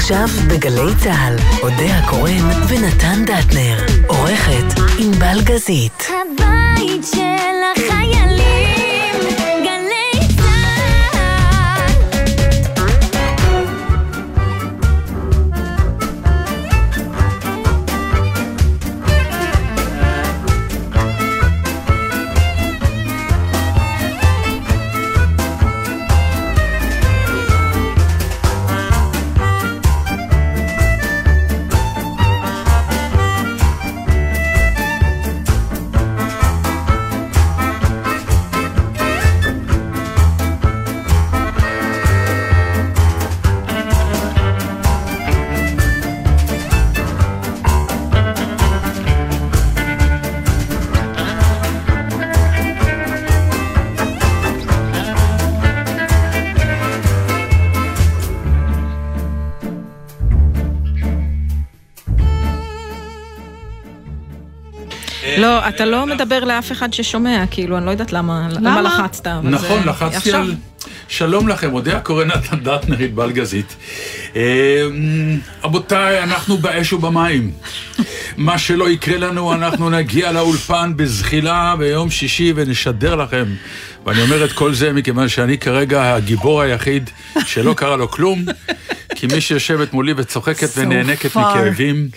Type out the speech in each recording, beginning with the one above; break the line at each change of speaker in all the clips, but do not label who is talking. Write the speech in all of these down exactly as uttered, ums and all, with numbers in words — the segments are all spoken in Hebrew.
עכשיו בגלי צהל, אודיה קורן ונתן דטנר, עורכת ענבל גזית.
הבית של החיילים, גלי צהל.
לא, אתה לא מדבר לאף אחד ששומע, כאילו, אני לא יודעת למה, למה לחצת.
נכון, לחצתי על... שלום לכם, אודיה קורן, נתן דטנר, ענבל גזית. רבותיי, אנחנו באש ובמים. מה שלא יקרה לנו, אנחנו נגיע לאולפן בזחילה ביום שישי ונשדר לכם. ואני אומר את כל זה מכיוון שאני כרגע הגיבור היחיד שלא קרה לו כלום, כי מי שיושבת מולי וצוחקת ונהנקת מכאבים,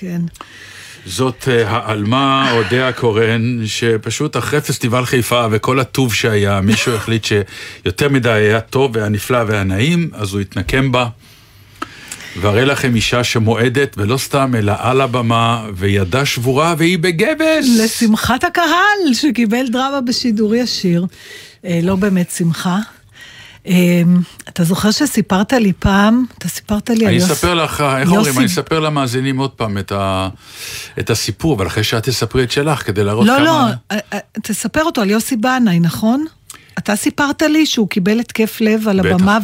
זאת העלמה אודיה קורן, שפשוט אחרי פסטיבל חיפה וכל הטוב שהיה, מישהו החליט שיותר מדי היה טוב והנפלא והנעים, אז הוא התנקם בה. והראה לכם אישה שמועדת, ולא סתם, אלא על הבמה, וידה שבורה, והיא בגבס.
לשמחת הקהל, שקיבל דרמה בשידור ישיר. לא באמת שמחה. אתה זוכר שסיפרת לי פעם, אתה סיפרת לי על יוסי.
אני אספר לך, איך אומרים, אני אספר למאזינים עוד פעם את הסיפור, אבל אחרי שאת תספרי את שלך, כדי להראות כמה...
לא, לא, תספר אותו על יוסי בנאי, נכון? אתה סיפרת לי שהוא קיבל התקף לב על הבמה,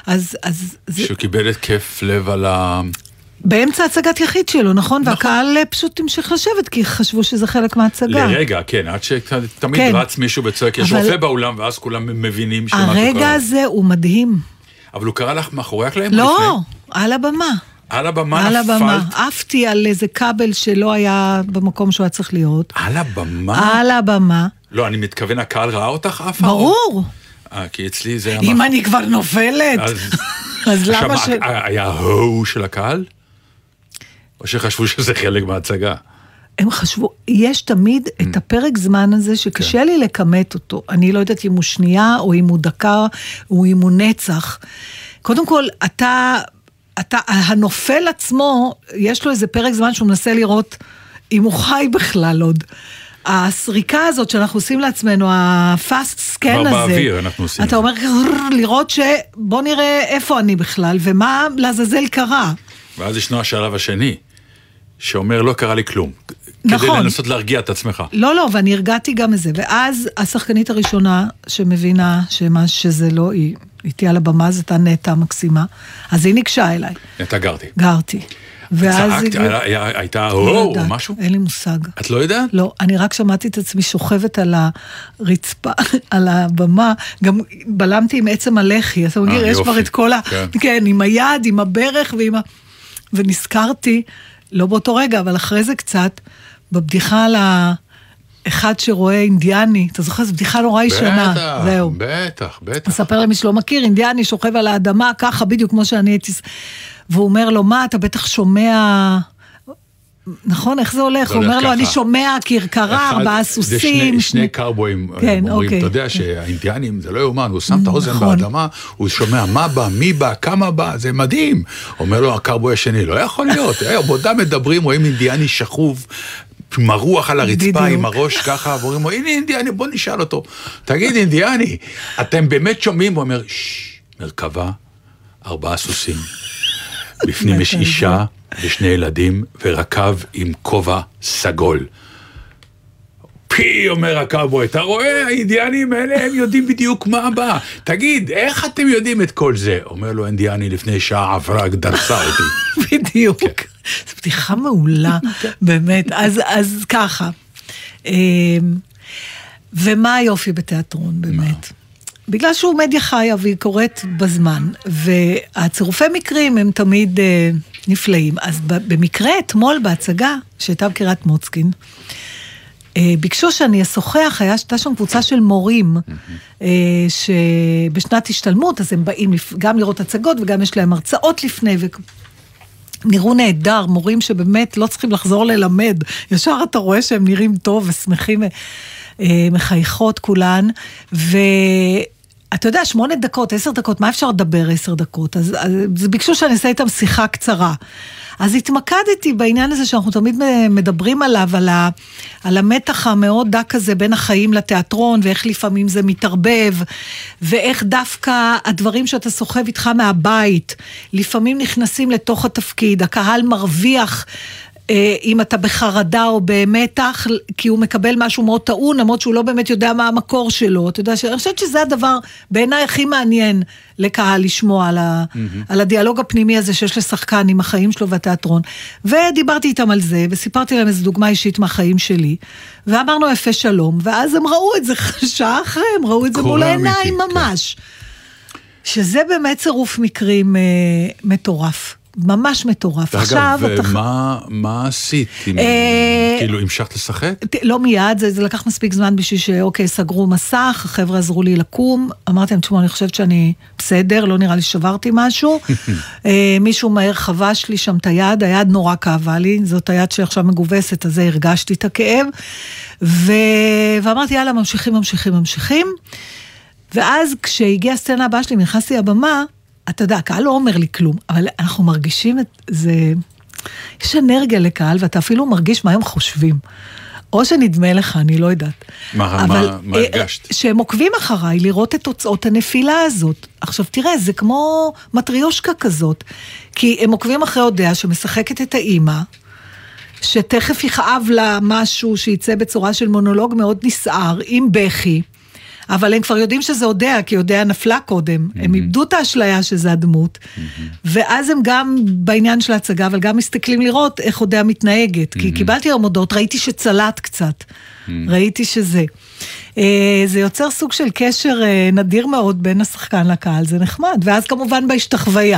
שהוא קיבל התקף לב על ה...
באמצע הצגת יחיד שלו, נכון? והקהל פשוט תמשיך לשבת, כי חשבו שזה חלק מההצגה.
לרגע, כן, עד שתמיד רץ מישהו בצועק, יש רופא באולם, ואז כולם מבינים שמה קורה.
הרגע הזה הוא מדהים.
אבל הוא קרא לך מאחורי הקלעים?
לא, על הבמה.
על הבמה
על
נפלת?
הבמה. עפתי על איזה כבל שלא היה במקום שהוא היה צריך להיות.
על הבמה?
על הבמה.
לא, אני מתכוון, הקהל ראה אותך אף פעם?
ברור.
אה, כי אצלי זה...
אם אני כבר נופלת. אז למה ש...
היה הו של הקהל? או שחשבו שזה חלק מההצגה?
הם חשבו, יש תמיד את הפרק זמן הזה שקשה לי לקמת אותו. אני לא יודעת אם הוא שנייה, או אם הוא דקה, או אם הוא נצח. קודם כל, אתה, אתה, הנופל עצמו, יש לו איזה פרק זמן שהוא מנסה לראות אם הוא חי בכלל עוד. הסריקה הזאת שאנחנו עושים לעצמנו, הפאסט סקן הזה.
כבר באוויר אנחנו עושים.
אתה אומר, לראות שבוא נראה איפה אני בכלל, ומה לעזאזל קרה.
ואז ישנו השלב השני, שאומר לא קרה לי כלום.
נכון.
כדי לנסות להרגיע את עצמך.
לא, לא, ואני הרגעתי גם את זה. ואז השחקנית הראשונה שמבינה שמה שזה לא, היא איתי על הבמה, זאת הנטה מקסימה. אז היא ניגשה אליי.
אתה גרתי.
גרתי.
צעקת, הייתה או משהו?
אין לי מושג.
את לא יודעת?
לא, אני רק שמעתי את עצמי שוכבת על הרצפה, על הבמה, גם בלמתי עם עצם הלחי, אתה מגיר, יש כבר את כל ה... כן, עם היד, עם הברך ועם ה... ונזכרתי, לא באותו רגע, אבל אחרי זה קצת, בבדיחה על האחד שרואה אינדיאני, אתה זוכר, זו בדיחה נורא ישנה.
בטח, בטח, בטח.
מספר למי שלא מכיר, אינדיאני שוכב על האדמה, ככה בדיוק כמו שאני הייתי... והוא אומר לו, מה, אתה בטח שומע... נכון, איך זה הולך? הוא אומר לו, אני שומע כרכרה, ארבעה סוסים.
זה שני קרבויים אומרים, אתה יודע שהאינדיאנים, זה לא יאומן, הוא שם את האוזן באדמה, הוא שומע מה בא, מי בא, כמה בא, זה מדהים. אומר לו, הקרבוי השני, לא יכול להיות, בעודם מדברים, רואים אינדיאני שכוב, מרוח על הרצפה עם הראש ככה, ואומרים לו, הנה אינדיאני, בוא נשאל אותו. תגיד, אינדיאני, אתם באמת שומעים? הוא אומר, ששש, מרכבה, ארבעה סוסים. בפנים יש אישה ושני ילדים ורקב עם כובע סגול. פי, אומר הקאובוי, אתה רואה, האינדיאנים האלה, הם יודעים בדיוק מה הבא. תגיד, איך אתם יודעים את כל זה? אומר לו אינדיאני, לפני שעה עברה, דרסה אותי.
בדיוק. זו פתיחה מעולה, באמת. אז ככה. ומה היופי בתיאטרון, באמת? בגלל שהוא מדיה חיה והיא קורית בזמן, והצירופי מקרים הם תמיד נפלאים. אז במקרה אתמול בהצגה, שהייתה בקריית מוצקין, ביקשו שאני אשוחח, הייתה שם קבוצה של מורים, שבשנת השתלמות, אז הם באים גם לראות הצגות, וגם יש להם הרצאות לפני, ונראו נהדר, מורים שבאמת לא צריכים לחזור ללמד, ישר אתה רואה שהם נראים טוב ושמחים, מחייכות כולן, ואתה יודע, שמונה דקות, עשר דקות, מה אפשר לדבר עשר דקות? אז, אז ביקשו שאני אעשה איתם שיחה קצרה. אז התמקדתי בעניין הזה שאנחנו תמיד מדברים עליו, על, ה, על המתח המאוד דק הזה בין החיים לתיאטרון, ואיך לפעמים זה מתערבב, ואיך דווקא הדברים שאתה סוחב איתך מהבית, לפעמים נכנסים לתוך התפקיד, הקהל מרוויח, אם אתה בחרדה או במתח, כי הוא מקבל משהו מאוד טעון, למרות שהוא לא באמת יודע מה המקור שלו. אתה יודע, אני חושבת שזה הדבר בעיניי הכי מעניין לקהל לשמוע על, ה, mm-hmm. על הדיאלוג הפנימי הזה שיש לשחקן עם החיים שלו והתיאטרון. ודיברתי איתם על זה, וסיפרתי להם איזו דוגמה אישית מהחיים שלי, ואמרנו יפה שלום, ואז הם ראו את זה שעה אחרי, הם ראו את זה מול העיניים ממש. שזה באמת צירוף מקרים אה, מטורף. ממש מטורף.
אגב, ומה עשית? כאילו, המשכת לשחק?
לא מיד, זה לקח מספיק זמן בשביל שאוקיי, סגרו מסך, החבר'ה עזרו לי לקום, אמרתי להם, תשמעו, אני חושבת שאני בסדר, לא נראה לי שברתי משהו, מישהו מהר חבש לי שם את היד, היד נורא כאבה לי, זאת היד שעכשיו מגובסת, אז הרגשתי את הכאב, ואמרתי, יאללה, ממשיכים, ממשיכים, ממשיכים, ואז כשהגיעה הסצנה הבאה שלי, נכנסתי לבמה, אתה יודע, הקהל לא אומר לי כלום, אבל אנחנו מרגישים את זה, יש אנרגיה לקהל, ואתה אפילו מרגיש מה הם חושבים. או שנדמה לך, אני לא יודעת.
מה, מה, מה הרגשת?
שהם עוקבים אחריי, לראות את תוצאות הנפילה הזאת. עכשיו תראה, זה כמו מטריושקה כזאת, כי הם עוקבים אחרי הודעה שמשחקת את האימא, שתכף יכאב לה משהו שיצא בצורה של מונולוג מאוד נסער, עם בכי, אבל הם כבר יודעים שזה הודע, כי הודע נפלה קודם. Mm-hmm. הם איבדו את האשליה שזה הדמות, mm-hmm. ואז הם גם בעניין של ההצגה, אבל גם מסתכלים לראות איך הודע מתנהגת, mm-hmm. כי קיבלתי עמודות, ראיתי שצלט קצת, mm-hmm. ראיתי שזה. זה יוצר סוג של קשר נדיר מאוד בין השחקן לקהל, זה נחמד, ואז כמובן בהשתחוויה.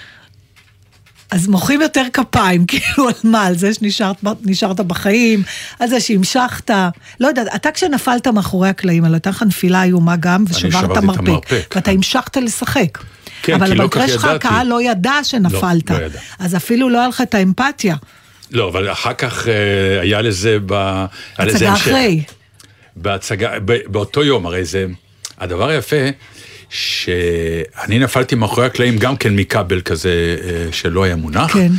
אז מוחאים יותר כפיים, כאילו על מה, על זה שנשארת בחיים, על זה שהמשכת, לא יודעת, אתה כשנפלת מאחורי הקלעים, על אותה נפילה איומה גם, ושברת מרפק, ואתה המשכת לשחק.
כן,
אבל
לא
במקרה שלך הקהל לא ידע שנפלת,
לא, לא ידע.
אז אפילו לא היה לך את האמפתיה.
לא, אבל אחר כך היה לזה,
הצגה אחרי.
בהצגה, באותו יום, הרי זה, הדבר היפה, שאני נפלתי מאחורי הקלעים גם כן מקבל כזה שלא היה מונח.
כן.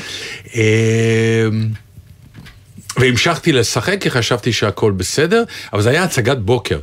והמשכתי לשחק כי חשבתי שהכל בסדר, אבל זה היה הצגת בוקר.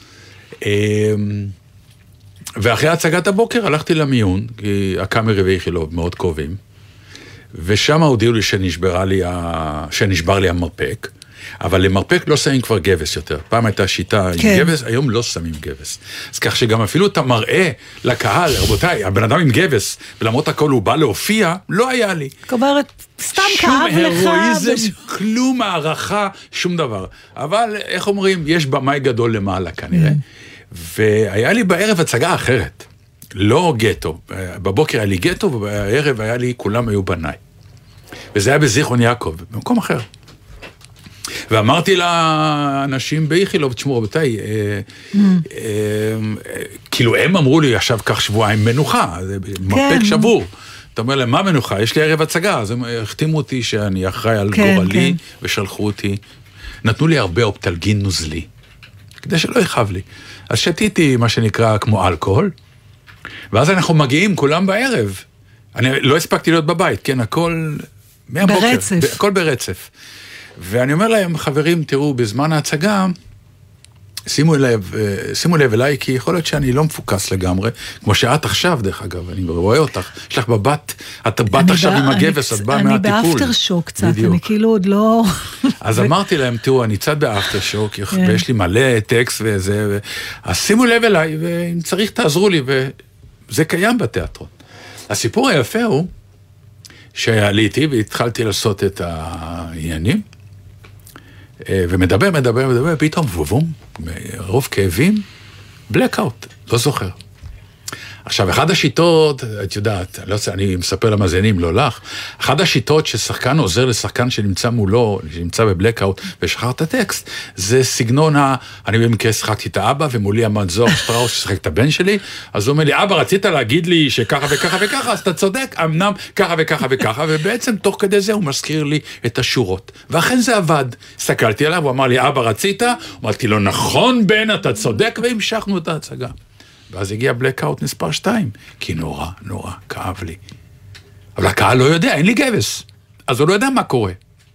ואחרי הצגת הבוקר הלכתי למיון, כי הקאמרי ואיכילוב מאוד קרובים, ושם הודיעו לי שנשברה לי, שנשבר לי המרפק, אבל למרפק לא שמים כבר גבס יותר. פעם הייתה שיטה כן. עם גבס, היום לא שמים גבס. אז כך שגם אפילו אתה מראה לקהל, רבותיי, הבן אדם עם גבס, ולמרות הכל הוא בא להופיע, לא היה לי.
כלומרת, סתם כאב לך.
שום הרואיזם, ו... כלום הערכה, שום דבר. אבל, איך אומרים, יש במאי גדול למעלה כנראה. Mm. והיה לי בערב הצגה אחרת. לא גטו. בבוקר היה לי גטו, ובערב היה לי, כולם היו בניי. וזה היה בזיכרון יעקב, במקום אחר. ואמרתי לאנשים באיכילוב, תשמעו רבותיי, כאילו הם אמרו לי, עכשיו כך שבועיים מנוחה, זה מרפק שבור. אתה אומר להם, מה מנוחה? יש לי ערב הצגה, אז הם החתימו אותי שאני אחראי על גורלי, ושלחו אותי. נתנו לי הרבה אופטלגין נוזלי, כדי שלא יכאב לי. אז שתיתי מה שנקרא כמו אלכוהול, ואז אנחנו מגיעים כולם בערב. אני לא הספקתי להיות בבית, כן, הכל מהבוקר.
ברצף.
הכל ברצף. ואני אומר להם, חברים, תראו, בזמן ההצגה, שימו לב, שימו לב אליי, כי יכול להיות שאני לא מפוקס לגמרי, כמו שאת עכשיו, דרך אגב, אני רואה אותך, יש לך בבת, את באת עכשיו עם הגבס, את באה מהטיפול.
אני באפטר שוק קצת, אני כאילו עוד לא...
אז אמרתי להם, תראו, אני קצת באפטר שוק, ויש לי מלא טקסט וזה, אז שימו לב אליי, ואם צריך תעזרו לי, וזה קיים בתיאטרון. הסיפור היפה הוא, שעליתי והתחלתי לעשות את העניינים, ומדבר, מדבר, מדבר, פתאום בובום, רוב כאבים, בלקאוט, לא זוכר. עכשיו, אחת השיטות, את יודעת, לא, אני מספר למאזינים, לא לך, אחת השיטות ששחקן עוזר לשחקן שנמצא מולו, שנמצא בבלקאוט, ושחרר את הטקסט, זה סגנון ה... אני במקרה שחקתי את האבא, ומולי עמד זוהר שטראוס ששחק את הבן שלי, אז הוא אומר לי, אבא, רצית להגיד לי שככה וככה וככה, אז אתה צודק, אמנם ככה וככה וככה, ובעצם תוך כדי זה הוא מזכיר לי את השורות. ואכן זה עבד. הסתכלתי עליו, הוא אמר לי, אבא, רצית? אמרתי לו, נכון, בן, אתה צודק, והמשכנו את ההצגה. ואז הגיע בלקאוט מספר שתיים, כי נורא, נורא, כאב לי. אבל הקהל לא יודע, אין לי גבס. אז הוא לא יודע מה קורה.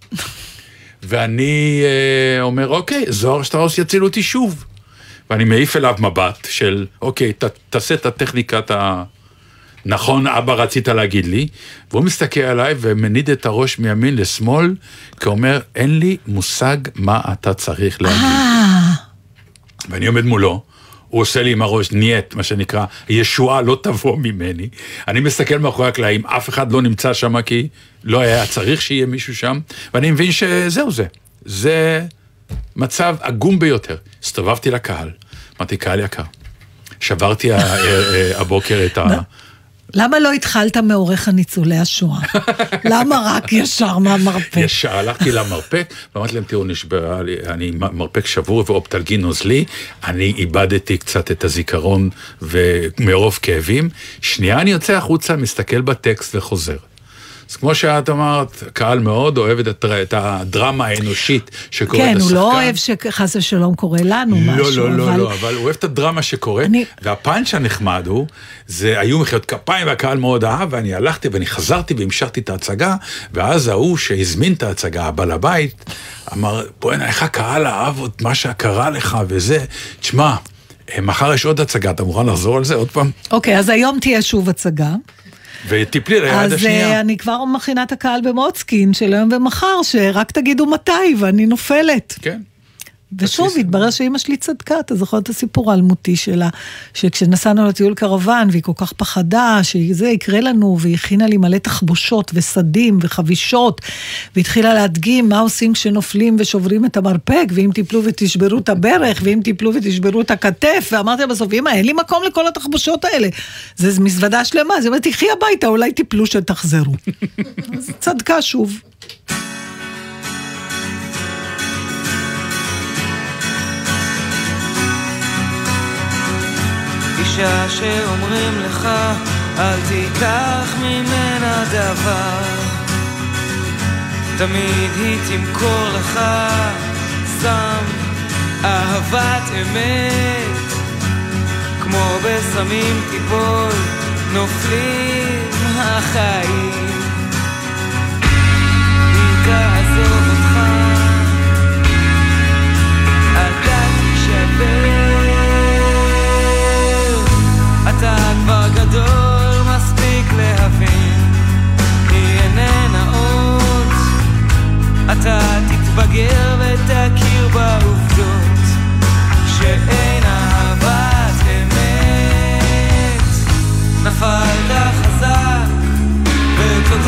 ואני אה, אומר, אוקיי, זוהר שטראוס יציל אותי שוב. ואני מעיף אליו מבט של, אוקיי, ת, תעשה את הטכניקת ה... נכון, אבא, רצית להגיד לי. והוא מסתכל עליי ומניד את הראש מימין לשמאל, כי הוא אומר, אין לי מושג מה אתה צריך להגיד. ואני עומד מולו, הוא עושה לי עם הראש נייט, מה שנקרא, ישועה לא תבוא ממני. אני מסתכל מאחורי הקלעים, אף אחד לא נמצא שם, כי לא היה צריך שיהיה מישהו שם, ואני מבין שזהו זה. זה מצב עגום ביותר. הסתובבתי לקהל, אמרתי, קהל יקר. שברתי הבוקר את ה...
למה לא התחלת מעורך הניצולי השואה? למה רק ישר מהמרפק?
ישר, הלכתי למרפק, ואמרתי להם, תראו, נשברה לי, אני מרפק שבור ואופטלגין נוזלי, אני איבדתי קצת את הזיכרון ומרוב כאבים, שנייה אני יוצא החוצה, מסתכל בטקסט וחוזר. אז כמו שאת אמרת, קהל מאוד אוהב את הדרמה האנושית שקוראת
כן,
לשחקן.
הוא לא אוהב שחס ושלום קורה לנו
לא,
משהו.
לא, לא,
אבל...
לא, אבל הוא אוהב את הדרמה שקורית, אני... והפאנץ' הנחמד הוא, זה היו מחיאות כפיים והקהל מאוד אהב, ואני הלכתי ואני חזרתי והמשכתי את ההצגה, ואז ההוא שהזמין את ההצגה, הבעל הבית, אמר, בואי, איך הקהל אהב את מה שקרה לך וזה, תשמע, מחר יש עוד הצגה, אתה מוכן לחזור על זה עוד פעם?
אוקיי, אז היום תהיה שוב הצגה.
וטיפלי ליד השנייה.
אז אני כבר מכינה את הקהל במוצקין של היום ומחר, שרק תגידו מתי, ואני נופלת.
כן.
ושוב, התברר שאמא שלי צדקה, אתה זוכר את הסיפור האלמותי שלה, שכשנסענו לטיול קרוון, והיא כל כך פחדה, שזה יקרה לנו, והיא הכינה לי מלא תחבושות וסדים וחבישות, והתחילה להדגים מה עושים כשנופלים ושוברים את המרפק, ואם תיפלו ותשברו את הברך, ואם תיפלו ותשברו את הכתף, ואמרתי בסוף, אמא, אין לי מקום לכל התחבושות האלה. זה מזוודה שלמה, זה אומר, תחי הביתה, אולי תיפלו שתחזרו. אז צדקה שוב.
אישה שאומרים לך אל תיקח ממנה דבר, תמיד היא תמכור לך סם אהבת אמת, כמו בסמים תיפול נופלים החיים, היא תעזוב אותך אתה תשבר, אתה כבר גדול מספיק להבין, היא איננה עוד, אתה תתבגר ותכיר בעובדות, שאין אהבת אמת, נפלת חזק ותודה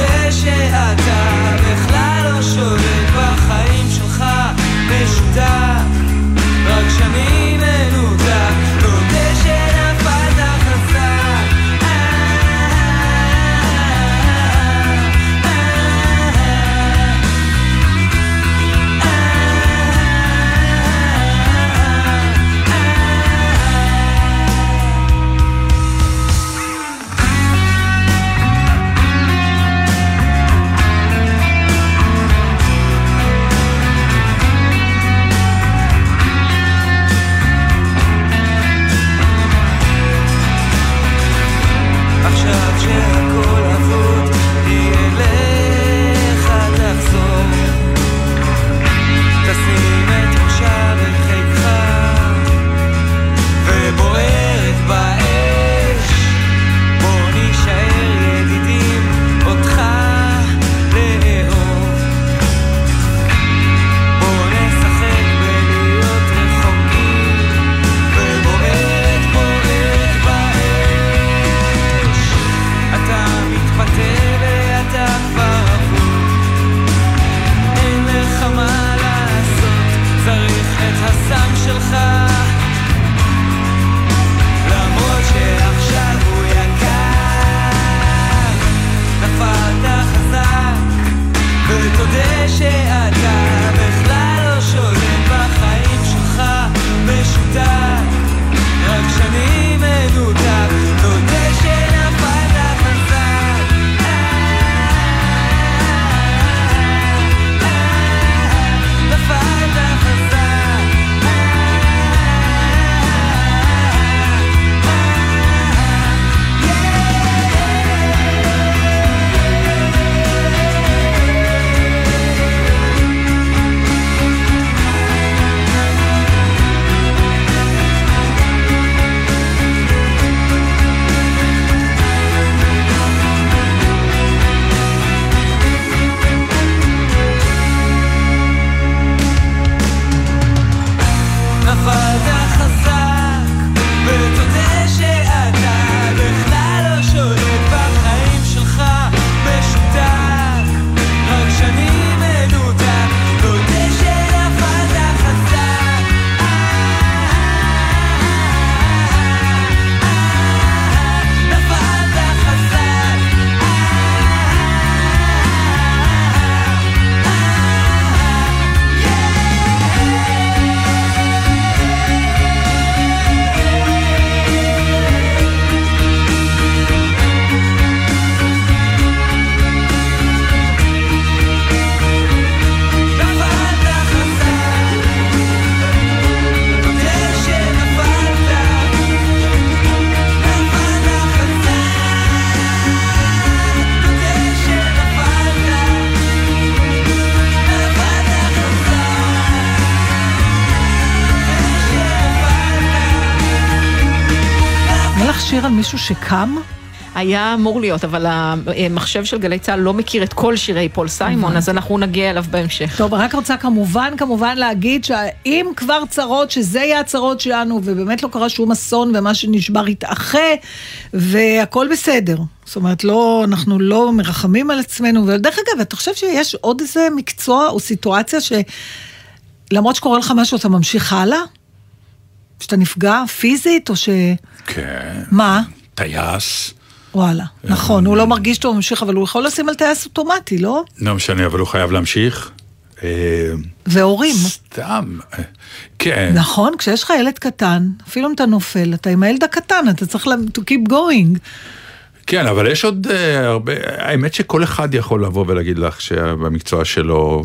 שיר על מישהו שקם?
היה אמור להיות, אבל המחשב של גלי צהל לא מכיר את כל שירי פול סיימון, אז אנחנו נגיע אליו בהמשך.
טוב, רק רוצה כמובן, כמובן להגיד שאם כבר צרות, שזה יהיה הצרות שלנו, ובאמת לא קרה שום אסון, ומה שנשבר יתאחה, והכל בסדר. זאת אומרת, לא, אנחנו לא מרחמים על עצמנו, ודרך אגב, אתה חושב שיש עוד איזה מקצוע או סיטואציה שלמרות שקורה לך משהו, אתה ממשיך הלאה? שאתה נפגע פיזית, או ש...
כן.
מה?
טייס.
וואלה, נכון, הוא לא מרגיש טוב ממשיך, אבל הוא יכול לשים על טייס אוטומטי, לא?
לא משנה, אבל הוא חייב להמשיך.
והורים.
סתם, כן.
נכון, כשיש לך ילד קטן, אפילו אם אתה נופל, אתה עם הילד הקטן, אתה צריך to keep going.
כן, אבל יש עוד הרבה, האמת שכל אחד יכול לבוא ולהגיד לך שבמקצוע שלו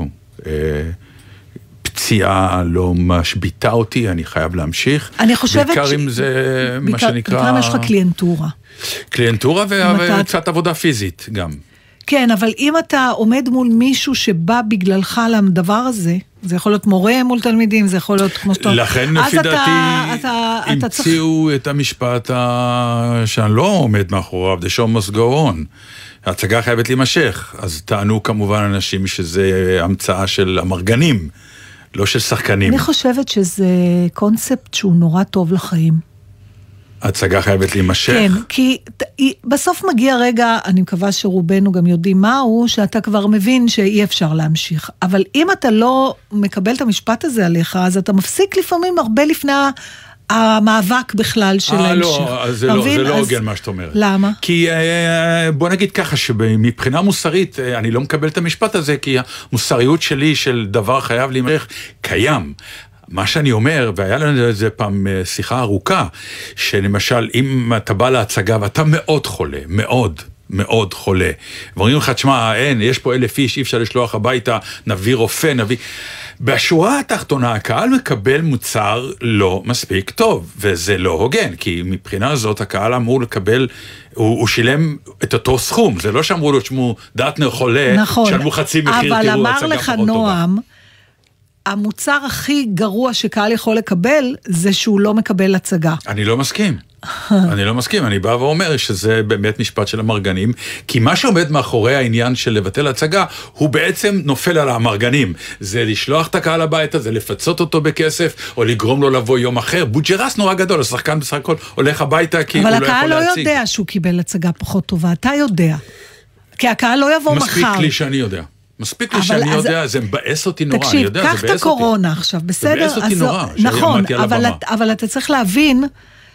פציעה לא משביטה אותי, אני חייב להמשיך.
אני חושבת
בעיקר ש... אם זה מה שנקרא...
בעיקר אם יש לך קליינטורה.
קליינטורה וקצת עבודה פיזית גם.
כן, אבל אם אתה עומד מול מישהו שבא בגללך לדבר הזה, זה יכול להיות מורה מול תלמידים, זה יכול להיות כמו שאתה...
לכן לפי דעתי המציאו את המשפט שאני לא עומד מאחוריו, the show must go on. ההצגה חייבת להימשך, אז טענו כמובן אנשים שזה המצאה של המרגנים, לא של שחקנים.
אני חושבת שזה קונספט שהוא נורא טוב לחיים.
ההצגה חייבת להימשך.
כן, כי בסוף מגיע רגע, אני מקווה שרובנו גם יודעים מהו, שאתה כבר מבין שאי אפשר להמשיך. אבל אם אתה לא מקבל את המשפט הזה עליך, אז אתה מפסיק לפעמים הרבה לפני המאבק בכלל של ההמשך.
אה, לא, זה לא, זה לא הוגן מה שאת אומרת.
למה?
כי בוא נגיד ככה, שמבחינה מוסרית, אני לא מקבל את המשפט הזה, כי המוסריות שלי של דבר חייב להימשך קיים. מה שאני אומר, והיה לנו איזה פעם שיחה ארוכה, שלמשל, אם אתה בא להצגה ואתה מאוד חולה, מאוד, מאוד חולה, ואומרים לך, תשמע, אין, יש פה אלף איש, אי אפשר לשלוח הביתה, נביא רופא, נביא... בשורה התחתונה, הקהל מקבל מוצר לא מספיק טוב, וזה לא הוגן, כי מבחינה הזאת הקהל אמור לקבל, הוא, הוא שילם את אותו סכום, זה לא שאמרו לו, שמו דאטנר חולה,
נכון,
שלמו חצי מחיר,
אבל
תראו,
אמר לך נועם, המוצר הכי גרוע שקהל יכול לקבל, זה שהוא לא מקבל הצגה.
אני לא מסכים. אני לא מסכים, אני בא ואומר שזה באמת משפט של המרגנים, כי מה שעומד מאחורי העניין של לבטל הצגה, הוא בעצם נופל על המרגנים. זה לשלוח את הקהל הביתה, זה לפצות אותו בכסף, או לגרום לו לבוא יום אחר. בוג'רס נורא גדול, השחקן בסך הכל הולך הביתה, כי הוא לא יכול להציג.
אבל הקהל לא יודע שהוא קיבל הצגה פחות טובה, אתה יודע. כי הקהל לא יבוא מחר.
מספיק לי שאני יודע. מספיק לי שאני יודע, זה מבאס אותי נורא,
אני יודע, זה באס אותי. תקשיב, קח את הקורונה עכשיו, בסדר?
זה באס אותי נורא,
נכון, אבל אתה צריך להבין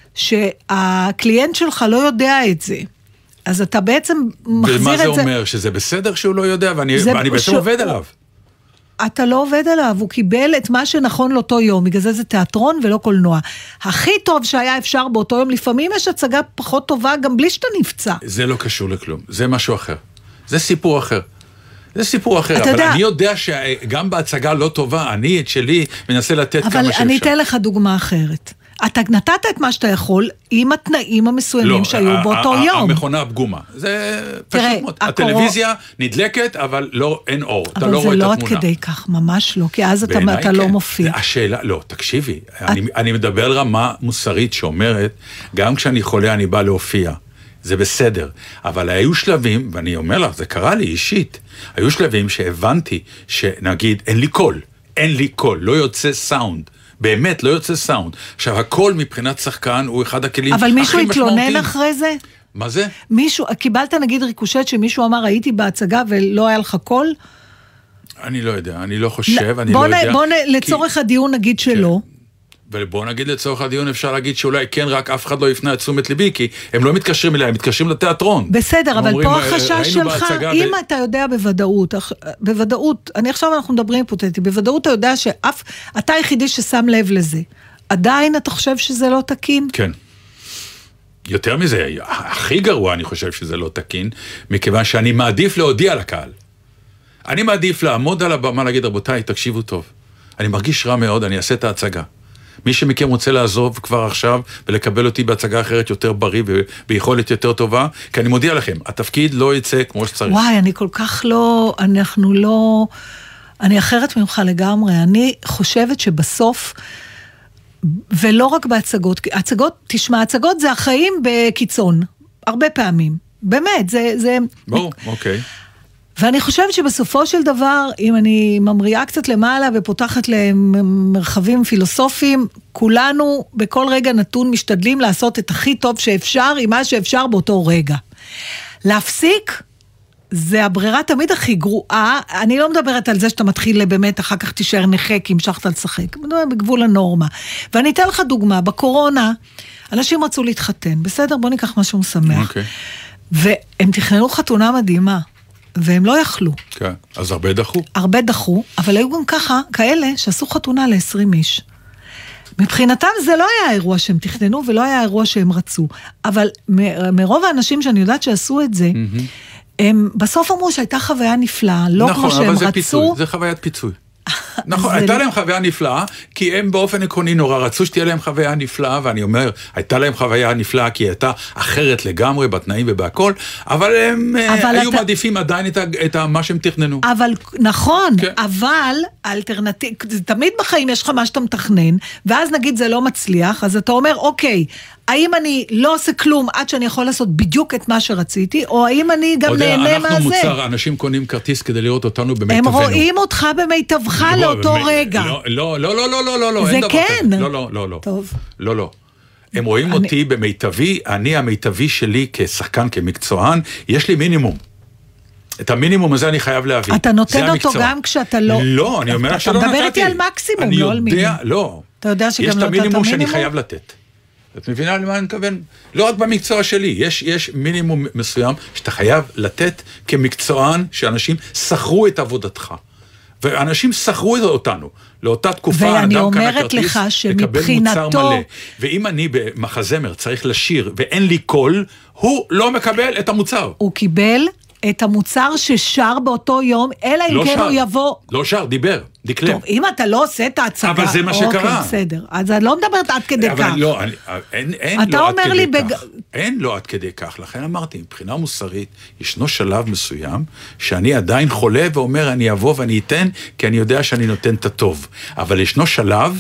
שהקליינט שלך לא יודע את זה. אז אתה בעצם מחזיר את זה.
ומה זה אומר? שזה בסדר שהוא לא יודע, ואני בעצם עובד עליו.
אתה לא עובד עליו, הוא קיבל את מה שנכון לאותו יום, בגלל זה זה תיאטרון ולא קולנוע. הכי טוב שהיה אפשר באותו יום, לפעמים יש הצגה פחות טובה, גם בלי שאתה נפצע.
זה לא קשור לכלום, זה משהו אחר. זה סיפור אחר. זה סיפור אחר, אבל יודע, אני יודע שגם בהצגה לא טובה, אני את שלי מנסה לתת כמה שאפשר.
אבל אני אתן לך דוגמה אחרת. אתה נתת את מה שאתה יכול עם התנאים המסוימים
לא,
שהיו באותו
ה-
יום.
המכונה הפגומה. זה פשוט מאוד. הטלוויזיה נדלקת, אבל לא, אין אור. אתה לא רואה את התמונה.
אבל זה לא עד כדי כך, ממש לא, כי אז אתה, אתה כן. לא מופיע.
השאלה, לא, תקשיבי, את... אני, אני מדבר על רמה מוסרית שאומרת, גם כשאני חולה אני בא להופיע. זה בסדר, אבל היו שלבים, ואני אומר לך, זה קרה לי אישית, היו שלבים שהבנתי שנגיד, אין לי קול, אין לי קול, לא יוצא סאונד, באמת לא יוצא סאונד. עכשיו, הכל מבחינת שחקן הוא אחד הכלים הכי משמעותיים.
אבל מישהו התלונן אחרי זה?
מה זה?
מישהו, קיבלת נגיד ריקושט שמישהו אמר, הייתי בהצגה ולא היה לך קול?
אני לא יודע, אני לא חושב, אני לא יודע.
בוא לצורך הדיון נגיד שלא.
ובוא נגיד לצורך הדיון, אפשר להגיד שאולי כן, רק אף אחד לא יפנה את תשומת ליבי, כי הם לא מתקשרים אליה, הם מתקשרים לתיאטרון.
בסדר, אבל פה החשש שלך, אם אתה יודע בוודאות, בוודאות, אני עכשיו אנחנו מדברים היפותטי, בוודאות אתה יודע שאף, אתה היחידי ששם לב לזה. עדיין אתה חושב שזה לא תקין?
כן. יותר מזה, הכי גרוע אני חושב שזה לא תקין, מכיוון שאני מעדיף להודיע לקהל. אני מעדיף לעמוד על הבמה, להגיד, רבותיי, תקשיבו טוב. אני מרגיש רע מאוד, אני אעשה את ההצגה. מי שמכם רוצה לעזוב כבר עכשיו ולקבל אותי בהצגה אחרת יותר בריא וביכולת יותר טובה, כי אני מודיע לכם, התפקיד לא יצא כמו שצריך.
וואי, אני כל כך לא, אנחנו לא, אני אחרת ממך לגמרי, אני חושבת שבסוף ולא רק בהצגות, הצגות, תשמע, הצגות זה החיים בקיצון, הרבה פעמים, באמת, זה... זה...
בואו, אוקיי.
ואני חושבת שבסופו של דבר, אם אני ממריאה קצת למעלה ופותחת למרחבים פילוסופיים, כולנו בכל רגע נתון משתדלים לעשות את הכי טוב שאפשר, עם מה שאפשר באותו רגע. להפסיק, זה הברירה תמיד הכי גרועה, אני לא מדברת על זה שאתה מתחיל באמת, אחר כך תישאר נחה, כי המשכת לשחק, בגבול הנורמה. ואני אתן לך דוגמה, בקורונה, אנשים רצו להתחתן, בסדר? בוא ניקח משהו משמח.
אוקיי.
והם תכננו חתונה מדהימה, והם לא יכלו.
כן, אז הרבה דחו.
הרבה דחו, אבל היו גם ככה, כאלה שעשו חתונה ל-עשרים איש. מבחינתם זה לא היה האירוע שהם תכננו, ולא היה האירוע שהם רצו. אבל מ- מרוב האנשים שאני יודעת שעשו את זה, mm-hmm. הם בסוף אמרו שהייתה חוויה נפלאה, לא
נכון,
כמו שהם
אבל זה
רצו.
פיצוי, זה חוויית פיצוי. נכון, הייתה
לא...
להם חוויה נפלאה, כי הם באופן עקרוני נורא רצו שתהיה להם חוויה נפלאה, ואני אומר, הייתה להם חוויה נפלאה, כי היא הייתה אחרת לגמרי בתנאים ובהכל, אבל הם אבל היו אתה... מעדיפים עדיין את, ה... את ה... מה שהם תכננו.
אבל, נכון,
כן. אבל
האלטרנטיב, תמיד בחיים יש לך מה שאתה מתכנן, ואז נגיד זה לא מצליח, אז אתה אומר, אוקיי, האם אני לא עושה כלום עד שאני יכול לעשות בדיוק את מה שרציתי, או האם אני גם נהנה מהזה?
אנחנו מוצר, אנשים קונים כרטיס כדי לראות אותנו במיטבנו.
הם רואים אותך במיטבך לאותו רגע.
לא, לא, לא, לא, לא, לא, לא,
זה כן.
לא, לא, לא, לא.
טוב.
לא, לא. הם רואים אותי במיטבי, אני המיטבי שלי כשחקן, כמקצוען, יש לי מינימום. את המינימום הזה אני חייב להביא.
אתה נותן אותו גם כשאתה לא...
לא, אני אומר שלא נתתי.
אתה מדבר איתי על מקסימום, לא על מינימום.
לא.
אתה יודע שגם
יש
לא
את
נתת
המינימום
מינימום?
שאני חייב לתת. את מבינה למה אני מתכוון? לא רק במקצוע שלי, יש, יש מינימום מסוים שאתה חייב לתת כמקצוען שאנשים שכרו את עבודתך. ואנשים שכרו אותנו. לאותה תקופה אדם קנה כרטיס לקבל מוצר מלא. ואם אני במחזמר צריך לשיר ואין לי קול, הוא לא מקבל את המוצר.
הוא קיבל את המוצר ששר באותו יום, אלא אם כן הוא יבוא...
לא שר, דיבר, דקלם.
טוב, אם אתה לא עושה את ההצגה...
אבל זה מה שקרה.
אוקיי, בסדר. אז אני לא מדברת עד כדי כך.
אבל לא, אין לא עד כדי כך. אין לא עד כדי כך. לכן אמרתי, מבחינה מוסרית, ישנו שלב מסוים, שאני עדיין חולה ואומר, אני אבוא ואני אתן, כי אני יודע שאני נותן את הטוב. אבל ישנו שלב...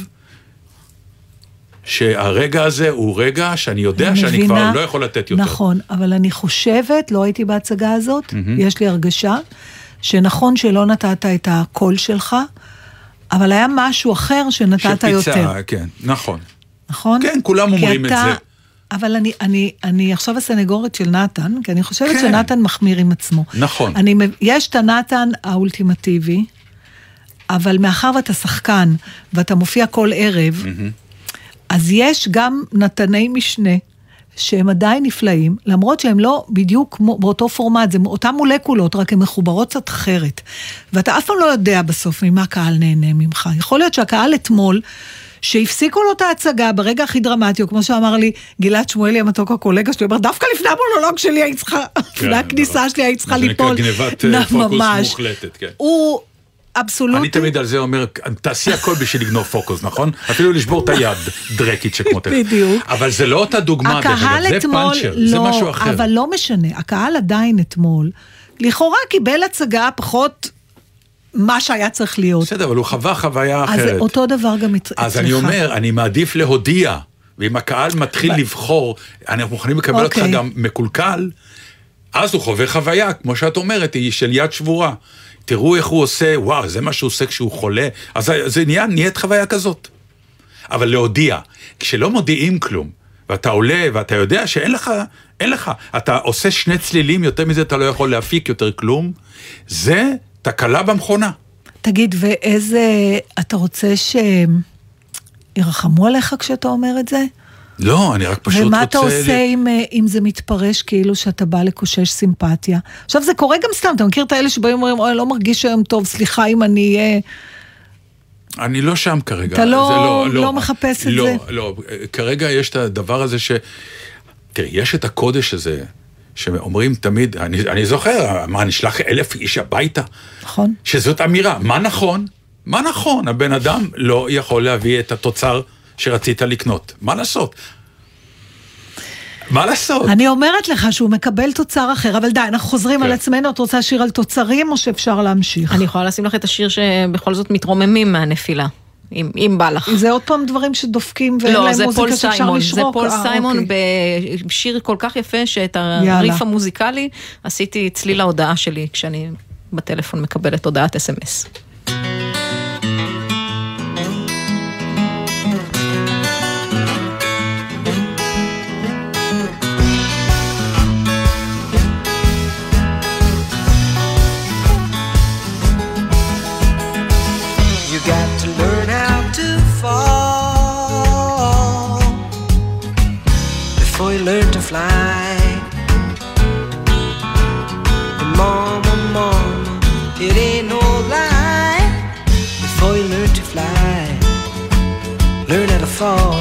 שהרגע הזה הוא רגע שאני יודע שאני כבר לא יכול לתת יותר.
נכון, אבל אני חושבת, לא הייתי בהצגה הזאת, mm-hmm. יש לי הרגשה, שנכון שלא נתת את הקול שלך, אבל היה משהו אחר שנתת
שפיצה,
יותר.
שפיצה, כן, נכון.
נכון?
כן, כולם אומרים
אתה,
את זה.
אבל אני, אני, אני עכשיו הסנגורית של נתן, כי אני חושבת
כן.
שנתן מחמיר עם עצמו.
נכון.
אני, יש את הנתן האולטימטיבי, אבל מאחר ואתה שחקן, ואתה מופיע כל ערב, mm-hmm. אז יש גם נתני משנה, שהם עדיין נפלאים, למרות שהם לא בדיוק באותו פורמט, זה אותם מולקולות, רק הן מחוברות קצת אחרת. ואתה אף פעם לא יודע בסוף ממה הקהל נהנה ממך. יכול להיות שהקהל אתמול, שהפסיקו לו את ההצגה ברגע הכי דרמטי, או כמו שאמר לי גלעד שמואלי, המתוק הקולגה שלי, אומר, דווקא לפני המונולוג שלי היית צריכה, לפני הכניסה שלי היית צריכה ליפול.
זה נקרא גנבת פוקוס מוחלטת, כן.
הוא... אבסולוטי.
אני תמיד על זה אומר, תעשי הכל בשביל לגנוב פוקוס, נכון? אפילו לשבור את היד, דרקית שכמותך.
בדיוק.
אבל זה לא אותה דוגמה,
זה פאנצ'ר,
זה משהו אחר.
אבל לא משנה, הקהל עדיין אתמול, לכאורה קיבל הצגה פחות מה שהיה צריך להיות.
בסדר, אבל הוא חווה חוויה אחרת.
אז אותו דבר גם אצלך.
אז אני אומר, אני מעדיף להודיע, ואם הקהל מתחיל לבחור, אנחנו מוכנים לקבל אותך גם מקולקל, אז הוא חווה חוויה, כמו שאת אומרת, היא של יד שבורה. תראו איך הוא עושה, וואו, זה מה שהוא עושה כשהוא חולה, אז זה נהיה, נהיית חוויה כזאת. אבל להודיע, כשלא מודיעים כלום, ואתה עולה, ואתה יודע שאין לך, אין לך, אתה עושה שני צלילים, יותר מזה אתה לא יכול להפיק יותר כלום, זה תקלה במכונה.
תגיד, ואיזה, אתה רוצה שירחמו עליך כשאתה אומר את זה?
לא, אני רק פשוט רוצה...
ומה אתה עושה אם, אם זה מתפרש כאילו שאתה בא לקושש סימפתיה? עכשיו זה קורה גם סתם, אתה מכיר את האלה שבאים ואומרים, אוי, לא מרגיש היום טוב, סליחה אם אני אהיה...
אני לא שם כרגע.
אתה לא,
לא,
לא, לא מחפש את
לא,
זה?
לא, לא. כרגע יש את הדבר הזה ש... תראי, יש את הקודש הזה, שאומרים תמיד, אני, אני זוכר, מה, נשלח אלף איש הביתה?
נכון.
שזאת אמירה. מה נכון? מה נכון? הבן אדם לא יכול להביא את התוצר שרצית לקנות. מה לעשות? מה לעשות?
אני אומרת לך שהוא מקבל תוצר אחר, אבל די, אנחנו חוזרים
כן.
על עצמנו, את רוצה שיר על תוצרים או שאפשר להמשיך?
אני יכולה לשים לך את השיר שבכל זאת מתרוממים מהנפילה. אם, אם בא לך.
זה עוד פעם דברים שדופקים ואין
לא,
להם מוזיקה שאפשר לשרוק.
זה פול
אה,
סיימון
אוקיי.
בשיר כל כך יפה, שאת הריף המוזיקלי עשיתי צליל ההודעה שלי, כשאני בטלפון מקבלת הודעת אס אם אס.
Learn to fly. And mama, mama, it ain't no lie. Before you learn to fly, learn how to fall.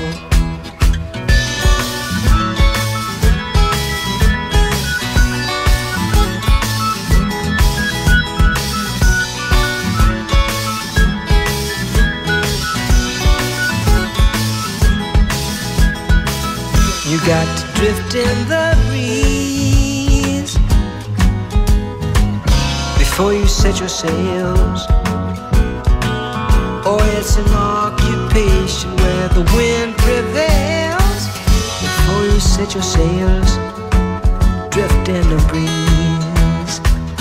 You got to drift in the breeze before you set your sails. Oh, it's an occupation where the wind prevails. Before you set your sails, drift in the breeze.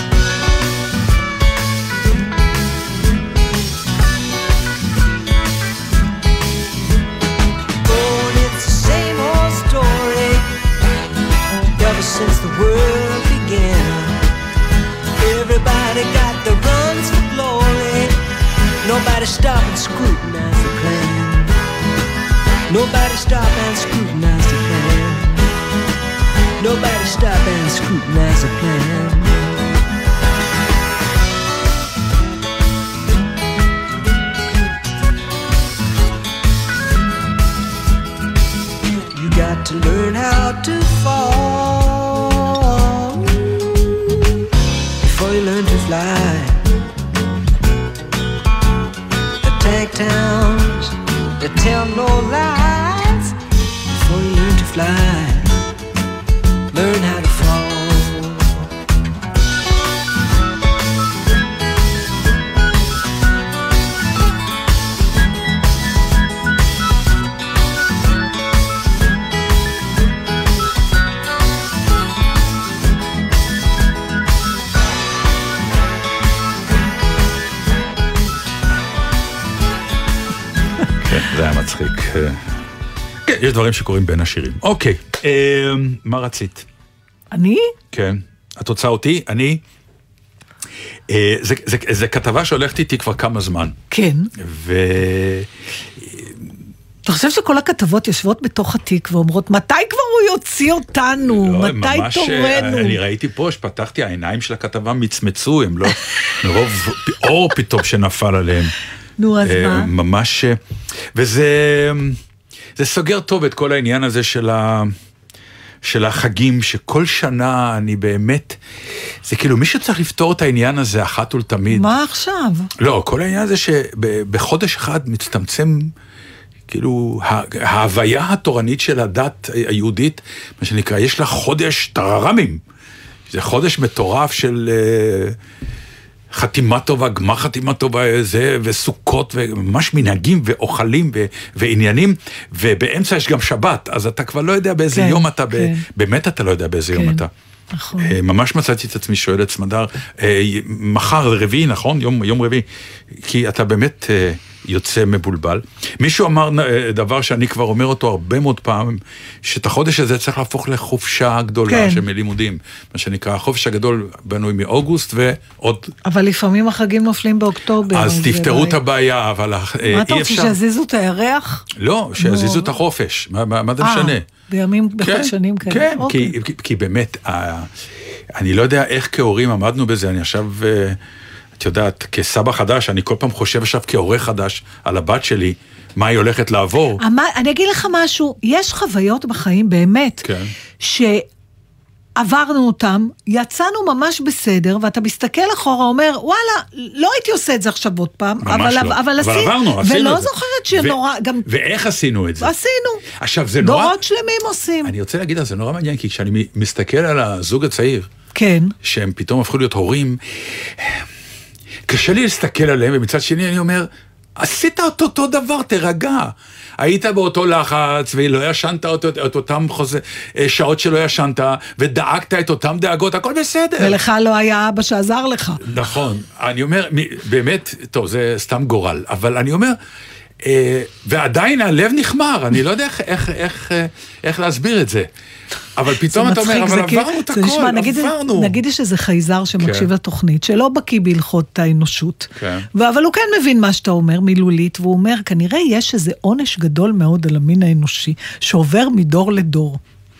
Oh, and it's the same old story ever since the world began. Everybody got the runs for glory. Nobody stop and scrutinize the plan. Nobody stop and scrutinize the plan. Nobody stop and scrutinize the plan. You got to learn how to fall before you learn to fly. Tank towns that tell no lies. Before you learn to fly, learn how to fall.
זה היה מצחיק. כן, יש דברים שקורים בין השירים. אוקיי, מה רצית?
אני?
כן, את רוצה אותי? אני? זה כתבה שהולכת איתי כבר כמה זמן.
כן.
ו...
אתה חושב שכל הכתבות יושבות בתוך התיק ואומרות, מתי כבר הוא יוציא אותנו? מתי תורנו?
אני ראיתי פה שפתחתי, העיניים של הכתבה מצמצו, הם לא... מרוב אור פתאום שנפל עליהם.
נו, אז מה?
ממש, וזה זה סוגר טוב את כל העניין הזה של, ה, של החגים, שכל שנה אני באמת, זה כאילו מישהו צריך לפתור את העניין הזה אחת ולתמיד.
מה עכשיו?
לא, כל העניין הזה שבחודש אחד מצטמצם, כאילו, ההוויה התורנית של הדת היהודית, מה שנקרא, יש לה חודש טררמים, זה חודש מטורף של... חתימה טובה, גמר חתימה טובה, זה, וסוכות, וממש מנהגים, ואוכלים, ו, ועניינים, ובאמצע יש גם שבת, אז אתה כבר לא יודע באיזה כן, יום אתה, כן. באמת אתה לא יודע באיזה כן, יום אתה.
נכון.
ממש מצאתי את עצמי שואלת סמדר, מחר רביעי, נכון? יום, יום רביעי, כי אתה באמת יוצא מבולבל. מישהו אמר דבר שאני כבר אומר אותו הרבה מאוד פעם, שאת החודש הזה צריך להפוך לחופשה גדולה כן. של לימודים, מה שנקרא, החופש הגדול בנוי מאוגוסט ועוד... אבל
לפעמים החגים נופלים באוקטובר.
אז תפתרו את הבעיה, אבל
מה אתה רוצה, שיזיזו את הירח?
לא, שיזיזו את החופש, מה זה משנה?
בימים בחדשנים כאלה.
כן, כי באמת, אני לא יודע איך כהורים עמדנו בזה, אני עכשיו... את יודעת, כסבא חדש, אני כל פעם חושב עכשיו כהורה חדש על הבת שלי, מה היא הולכת לעבור.
אני אגיד לך משהו, יש חוויות בחיים באמת,
כן.
שעברנו אותם, יצאנו ממש בסדר, ואתה מסתכל אחורה, אומר, וואלה, לא הייתי עושה את זה עכשיו עוד פעם,
ממש
אבל,
לא.
אבל,
אבל עברנו, עשינו
ולא
את זה.
זוכרת שנורא,
ו-
גם...
ואיך עשינו את זה?
עשינו.
עכשיו, זה נורא...
דורות שלמים עושים.
אני רוצה להגיד, זה נורא מעניין, כי כשאני מסתכל על הזוג הצעיר,
כן.
שהם פתאום הפכו להיות הורים, קשה לי להסתכל עליהם, ומצד שני אני אומר, עשית אותו אותו דבר, תרגע. היית באותו לחץ, ולא ישנת את אותם שעות שלא ישנת, ודאגת את אותם דאגות, הכל בסדר.
ולך לא היה אבא שעזר לך.
נכון. אני אומר, באמת, טוב, זה סתם גורל, אבל אני אומר, ועדיין הלב נחמר, אני לא יודע איך, איך, איך, איך להסביר את זה. אבל פתאום אתה אומר, אבל עברנו את הכל, עברנו.
נגיד שזה חייזר שמקשיב לתוכנית, שלא בקיא בהלכות האנושות, אבל הוא כן מבין מה שאתה אומר מילולית, והוא אומר, כנראה יש איזה עונש גדול מאוד על המין האנושי, שעובר מדור לדור.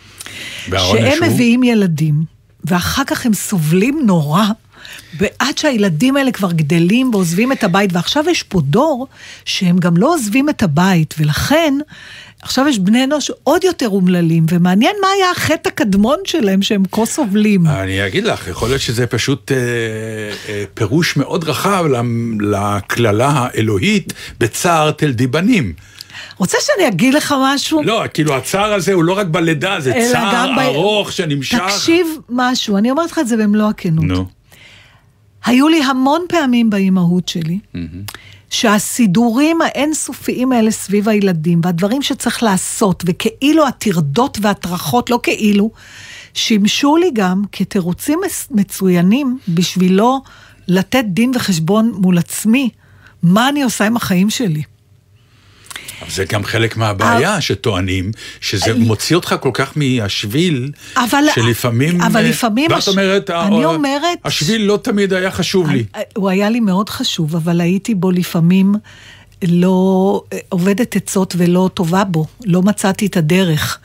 שהם מביאים ילדים, ואחר כך הם סובלים נורא, ועד שהילדים האלה כבר גדלים ועוזבים את הבית, ועכשיו יש פה דור שהם גם לא עוזבים את הבית, ולכן עכשיו יש בני אנוש עוד יותר אומללים, ומעניין מה היה החטא הקדמון שלהם שהם כה סובלים.
אני אגיד לך, יכול להיות שזה פשוט אה, אה, פירוש מאוד רחב לכללה האלוהית, בצער תלדי בנים.
רוצה שאני אגיד לך משהו?
לא, כאילו הצער הזה הוא לא רק בלידה, זה צער ארוך שנמשך.
תקשיב משהו, אני אומרת לך את זה במלוא הכנות.
נו.
היו לי המון פעמים באימהות שלי, שהסידורים האינסופיים האלה סביב הילדים, והדברים שצריך לעשות, וכאילו התרדות והתרחות, לא כאילו, שימשו לי גם כתירוצים מצוינים, בשבילו לתת דין וחשבון מול עצמי, מה אני עושה עם החיים שלי.
אבל זה גם חלק מהבעיה שטוענים, שזה מוציא אותך כל כך מהשביל, שלפעמים,
אבל לפעמים,
ואת אומרת,
אני אומרת,
השביל לא תמיד היה חשוב לי.
הוא היה לי מאוד חשוב, אבל הייתי בו לפעמים לא עובדת עצות ולא טובה בו, לא מצאתי את הדרך,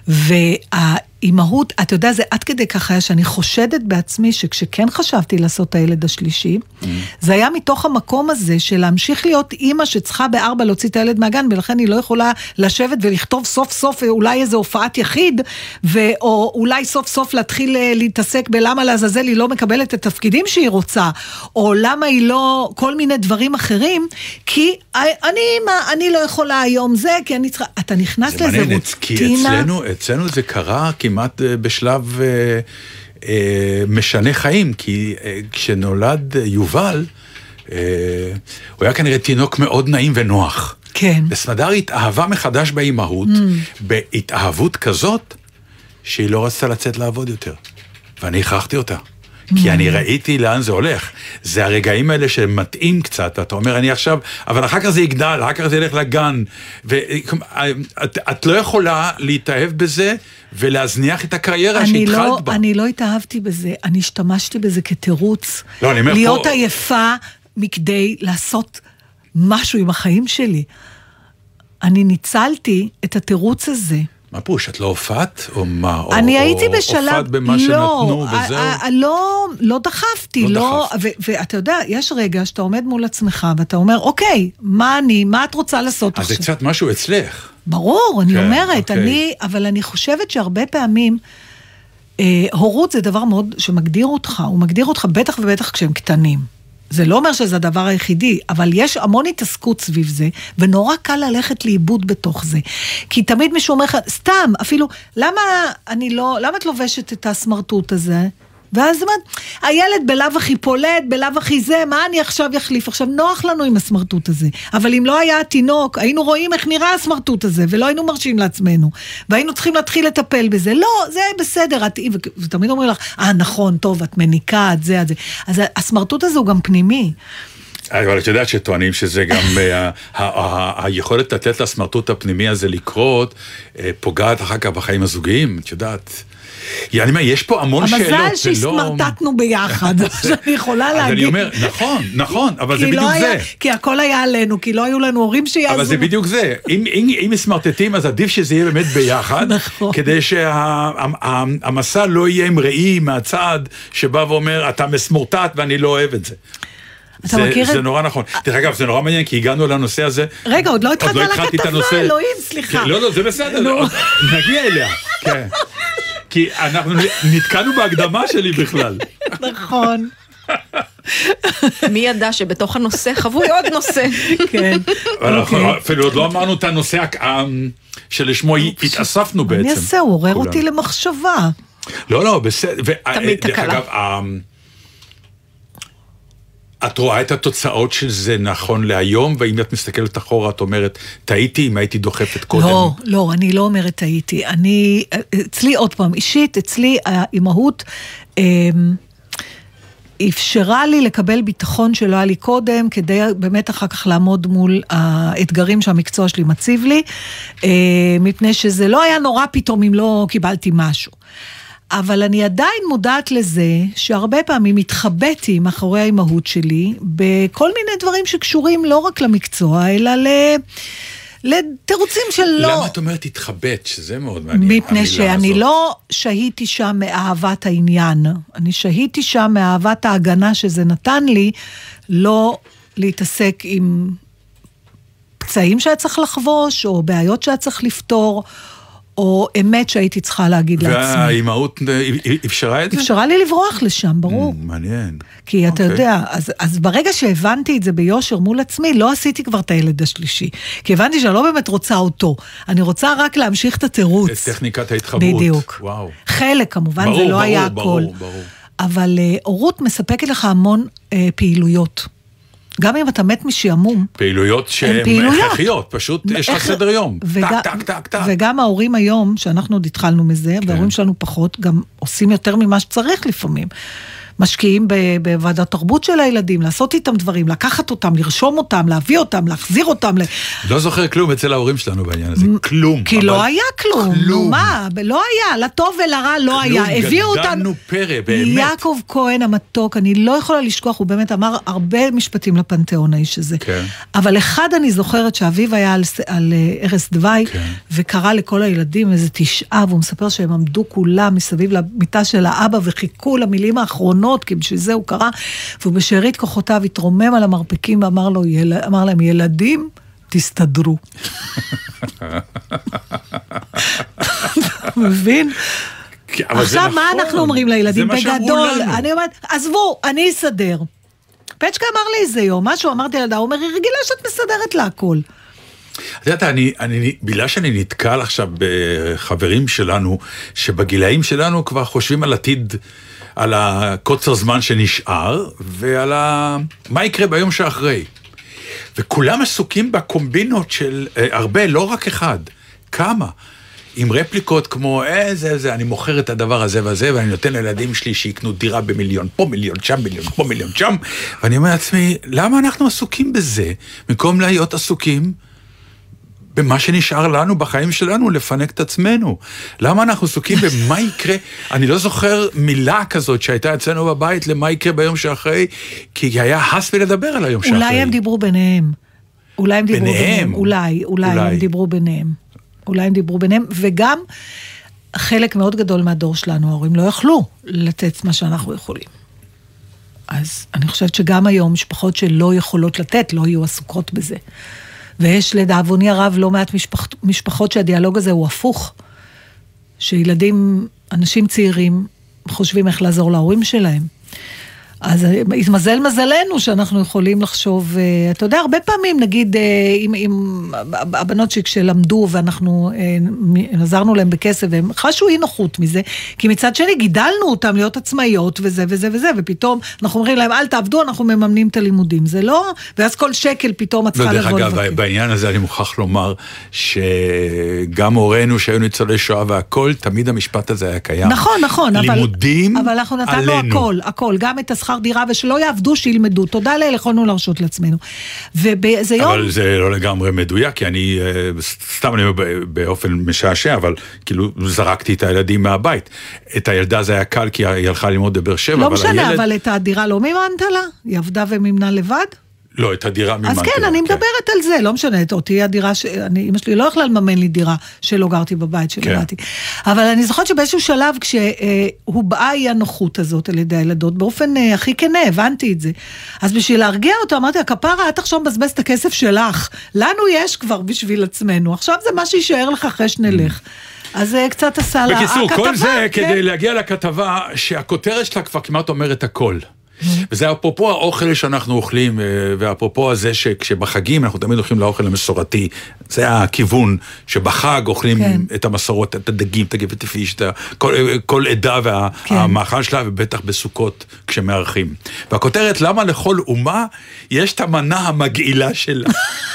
והאימהות, אתה יודע, זה עד כדי ככה שאני חושדת בעצמי, שכשכן חשבתי לעשות את הילד השלישי, mm. זה היה מתוך המקום הזה, של להמשיך להיות אימא שצריכה בארבע להוציא את הילד מהגן, ולכן היא לא יכולה לשבת ולכתוב סוף סוף, אולי איזו הופעת יחיד, ו- או אולי סוף סוף להתחיל להתעסק בלמה לעזאזל היא לא מקבלת את התפקידים שהיא רוצה, או למה היא לא, כל מיני דברים אחרים, כי אני אימא, אני לא יכולה היום זה, כי אני צריכה, אתה נכנס לזה רוטינה.
כי אצלנו, אצלנו זה קרה כמעט בשלב אה, אה, משנה חיים, כי אה, כשנולד יובל, אה, הוא היה כנראה תינוק מאוד נעים ונוח.
כן.
וסמדר התאהבה מחדש באימהות, mm. בהתאהבות כזאת, שהיא לא רצתה לצאת לעבוד יותר. ואני הכרחתי אותה. כי אני ראיתי לאן זה הולך. זה הרגעים האלה שמתאים קצת, ואתה אומר, אני עכשיו, אבל אחר כך זה יגדל, אחר כך זה ילך לגן, ואת את לא יכולה להתאהב בזה, ולהזניח את הקריירה שהתחלת
לא,
בה.
אני לא התאהבתי בזה, אני השתמשתי בזה כתירוץ,
לא, אני אומר
להיות
פה...
עייפה מכדי לעשות משהו עם החיים שלי. אני ניצלתי את התירוץ הזה.
מה פירוש, את לא הופעת? או מה?
אני
או,
הייתי
או
בשלב...
הופעת במה
לא,
שנתנו וזהו?
א- א- לא, לא דחפתי.
לא,
לא
דחפת.
ו- ואתה יודע, יש רגע שאתה עומד מול עצמך, ואתה אומר, אוקיי, מה אני, מה את רוצה לעשות
אז
עכשיו?
זה קצת משהו אצלך.
ברור, אני
כן,
אומרת,
אוקיי.
אני, אבל אני חושבת שהרבה פעמים, אה, הורות זה דבר מאוד שמגדיר אותך, הוא מגדיר אותך בטח ובטח כשהם קטנים. זה לא אומר שזה הדבר היחידי, אבל יש המון התעסקות סביב זה, ונורא קל ללכת לאיבוד בתוך זה. כי תמיד מישהו אומר לך, סתם, אפילו, למה אני לא, למה את לובשת את הסמרטוט הזה? ואז זאת אומרת, הילד בלב הכי פולט, בלב הכי זה, מה אני עכשיו יחליף? עכשיו נוח לנו עם הסמרטוט הזה, אבל אם לא היה התינוק, היינו רואים איך נראה הסמרטוט הזה, ולא היינו מרשים לעצמנו, והיינו צריכים להתחיל לטפל בזה. לא, זה בסדר, את, ותמיד אומרים לך, אה, נכון, טוב, את מניקה, את זה, את זה. אז הסמרטוט הזה הוא גם פנימי.
אבל את יודעת שטוענים שזה גם, היכולת לתת לסמרטוט הפנימי הזה לקרות, פוגעת אחר כך בחיים הזוגיים, את יודעת. אני אומר, יש פה המון שאלות.
המזל שהסמרטטנו ביחד, שאני יכולה להגיד.
אז אני אומר, נכון, נכון, אבל זה בדיוק זה.
כי הכל היה עלינו, כי לא היו לנו הורים שיעזרו.
אבל זה בדיוק זה. אם מסמרטטים, אז עדיף שזה יהיה באמת ביחד, כדי שהמסע לא יהיה עם ראי מהצד, שבא ואומר, אתה מסמרטט ואני לא אוהב את זה. זה, זה נורא נכון. דרך אגב, זה נורא מעניין, כי הגענו לנושא הזה.
רגע, עוד לא התחלת על הכתבה, אלוהים, סליחה.
לא, לא, זה בסדר, נגיע אליה. כן. כי אנחנו נתקענו בהקדמה שלי בכלל.
נכון.
מי ידע שבתוך הנושא חבוי עוד נושא.
כן.
אפילו עוד לא אמרנו את הנושא שלשמו התאספנו בעצם.
אני אעשה, הוא עורר אותי למחשבה.
לא, לא, בסדר.
תמיד תקלה.
דרך אגב, את רואה את התוצאות של זה נכון להיום, ואם את מסתכלת אחורה, את אומרת, טעיתי אם הייתי דוחפת קודם?
לא, לא, אני לא אומרת טעיתי. אני, אצלי עוד פעם, אישית, אצלי האימהות אפשרה לי לקבל ביטחון שלא היה לי קודם, כדי באמת אחר כך לעמוד מול האתגרים שהמקצוע שלי מציב לי, מפני שזה לא היה נורא פתאום אם לא קיבלתי משהו. אבל אני עדיין מודעת לזה שהרבה פעמים התחבאתי מאחורי האימהות שלי בכל מיני דברים שקשורים לא רק למקצוע, אלא ל... לתירוצים של לא...
למה את אומרת התחבאת, שזה מאוד מעניין?
מפני שאני הזאת. לא שהיתי שם מאהבת העניין, אני שהיתי שם מאהבת ההגנה שזה נתן לי, לא להתעסק עם פצעים שהיה צריך לחבוש, או בעיות שהיה צריך לפתור, או אמת שהייתי צריכה להגיד לעצמי.
והאימהות אפשרה את זה?
אפשרה לי לברוח לשם, ברור.
מעניין.
כי אתה יודע, אז, אז ברגע שהבנתי את זה ביושר מול עצמי, לא עשיתי כבר את הילד השלישי. כי הבנתי שאני לא באמת רוצה אותו. אני רוצה רק להמשיך את התירוץ.
את טכניקת ההתחברות.
בדיוק.
וואו.
חלק כמובן,
ברור,
זה לא
ברור,
היה
ברור,
הכל.
ברור, ברור.
אבל הורות מספקת לך המון אה, פעילויות. גם אם אתה מת משעמום.
פעילויות שהן הכרחיות, פשוט יש לך סדר יום. טק, טק, טק, טק.
וגם ההורים היום, שאנחנו עוד התחלנו מזה, וההורים שלנו פחות, גם עושים יותר ממה שצריך לפעמים. משקיעים בוועדת תרבות של הילדים, לעשות איתם דברים, לקחת אותם, לרשום אותם, להביא אותם, להחזיר אותם.
לא זוכר כלום אצל ההורים שלנו בעניין הזה, כלום.
כי לא היה כלום, נו מה, לא היה, לטוב ולרע לא היה, הביאו אותנו.
גדלנו פרא, באמת.
יעקב כהן המתוק, אני לא יכולה לשכוח, הוא באמת אמר הרבה משפטים לפנתיאון האיש הזה. אבל אחד אני זוכרת שאביו היה על ערש דווי, וקרא לכל הילדים איזה תשעה, והוא מספר שהם עמדו כולם מסביב למיטה של האבא, וחיכו למילים האחרונות, כי בשביל זה הוא קרא, והוא בשארית כוחותיו התרומם על המרפקים, ואמר לו, אמר להם, ילדים, תסתדרו. מבין? עכשיו, מה אנחנו אומרים לילדים? בגדול, אני אומרת, עזבו, אני אסדר. פצ'קה אמר לי איזה יום, משהו, אמרתי ילדה, הוא אומר, היא רגילה שאת מסדרת לה הכל.
את יודעת, אני, אני, בגלל שאני נתקל עכשיו בחברים שלנו, שבגילאים שלנו כבר חושבים על עתיד, על הקוצר זמן שנשאר, ועל ה... מה יקרה ביום שאחרי. וכולם עסוקים בקומבינות של הרבה, לא רק אחד, כמה. עם רפליקות כמו, אה, זה, זה, אני מוכר את הדבר הזה וזה, ואני נותן לילדים שלי שיקנו דירה במיליון, פה מיליון, שם מיליון, פה מיליון, שם. ואני אומר לעצמי, למה אנחנו עסוקים בזה, במקום להיות עסוקים במה שנשאר לנו בחיים שלנו, לפנק את עצמנו? למה אנחנו עסוקים במה יקרה? אני לא זוכר מילה כזאת שהייתה אצלנו בבית למה יקרה ביום שאחרי, כי היה הס ולדבר על היום שאחרי.
אולי הם דיברו ביניהם. אולי הם דיברו ביניהם. אולי, אולי הם דיברו ביניהם. אולי הם דיברו ביניהם, וגם חלק מאוד גדול מהדור שלנו, ההורים לא יכלו לתת מה שאנחנו יכולים. אז אני חושבת שגם היום משפחות שלא יכולות לתת, לא יהיו עסוקות בזה. ויש לדאבוני הרב לא מעט משפחות, משפחות שהדיאלוג הזה הוא הפוך, שילדים, אנשים צעירים, חושבים איך לעזור להורים שלהם. אז התמזל מזלנו שאנחנו יכולים לחשוב, אתה יודע, הרבה פעמים, נגיד, עם, עם הבנות שכשלמדו ואנחנו עזרנו להם בכסף, והם חשו אי נוחות מזה, כי מצד שני גידלנו אותם להיות עצמאיות וזה וזה וזה, ופתאום אנחנו אומרים להם, אל תעבדו, אנחנו מממנים את הלימודים. זה לא, ואז כל שקל פתאום את צריכה לבוא לבקר.
אגב, בעניין הזה אני מוכרח לומר, שגם הורינו שהיו ניצולי שואה והכל, תמיד המשפט הזה היה קיים.
נכון, נכון.
לימודים
אבל, אבל אנחנו נתנו הכל, הכל, גם את השכר דירה, ושלא יעבדו, שילמדו. תודה לאל, יכולנו להרשות לעצמנו. ובאיזה יום...
אבל זה לא לגמרי מדויק, כי אני, סתם אני באופן משעשע, אבל כאילו זרקתי את הילדים מהבית. את הילדה זה היה קל, כי היא הלכה ללמוד בבאר שבע,
לא משנה, אבל את הדירה לא מימנת לה? היא עבדה ומימנה לבד?
לא, את הדירה מימנתי.
אז כן, אני מדברת על זה, לא משנה, אותי הדירה, ש... אני, אמא שלי לא יכלה לממן לי דירה שלא גרתי בבית, שלא גרתי. אבל אני זוכרת שבאיזשהו שלב, כשהובעה היא הנוחות הזאת על ידי הילדות, באופן הכי כנה, הבנתי את זה. אז בשביל להרגיע אותו, אמרתי, הכפרה, את עכשיו מבזבז את הכסף שלך. לנו יש כבר בשביל עצמנו. עכשיו זה מה שישאר לך אחרי שנלך. אז זה קצת עשה לה...
בקיצור, כל זה כדי להגיע לכתבה, שהכותרת שלה כבר כמעט אומרת הכל. וזה אפרופו האוכל שאנחנו אוכלים, ואפרופו הזה שכשבחגים אנחנו תמיד הולכים לאוכל המסורתי, זה הכיוון שבחג אוכלים כן. את המסורות, את הדגים, את הגפת פיש, כל, כל עדה והמאכל כן. שלה, ובטח בסוכות כשמארחים. והכותרת, למה לכל אומה יש את המנה המגעילה שלה?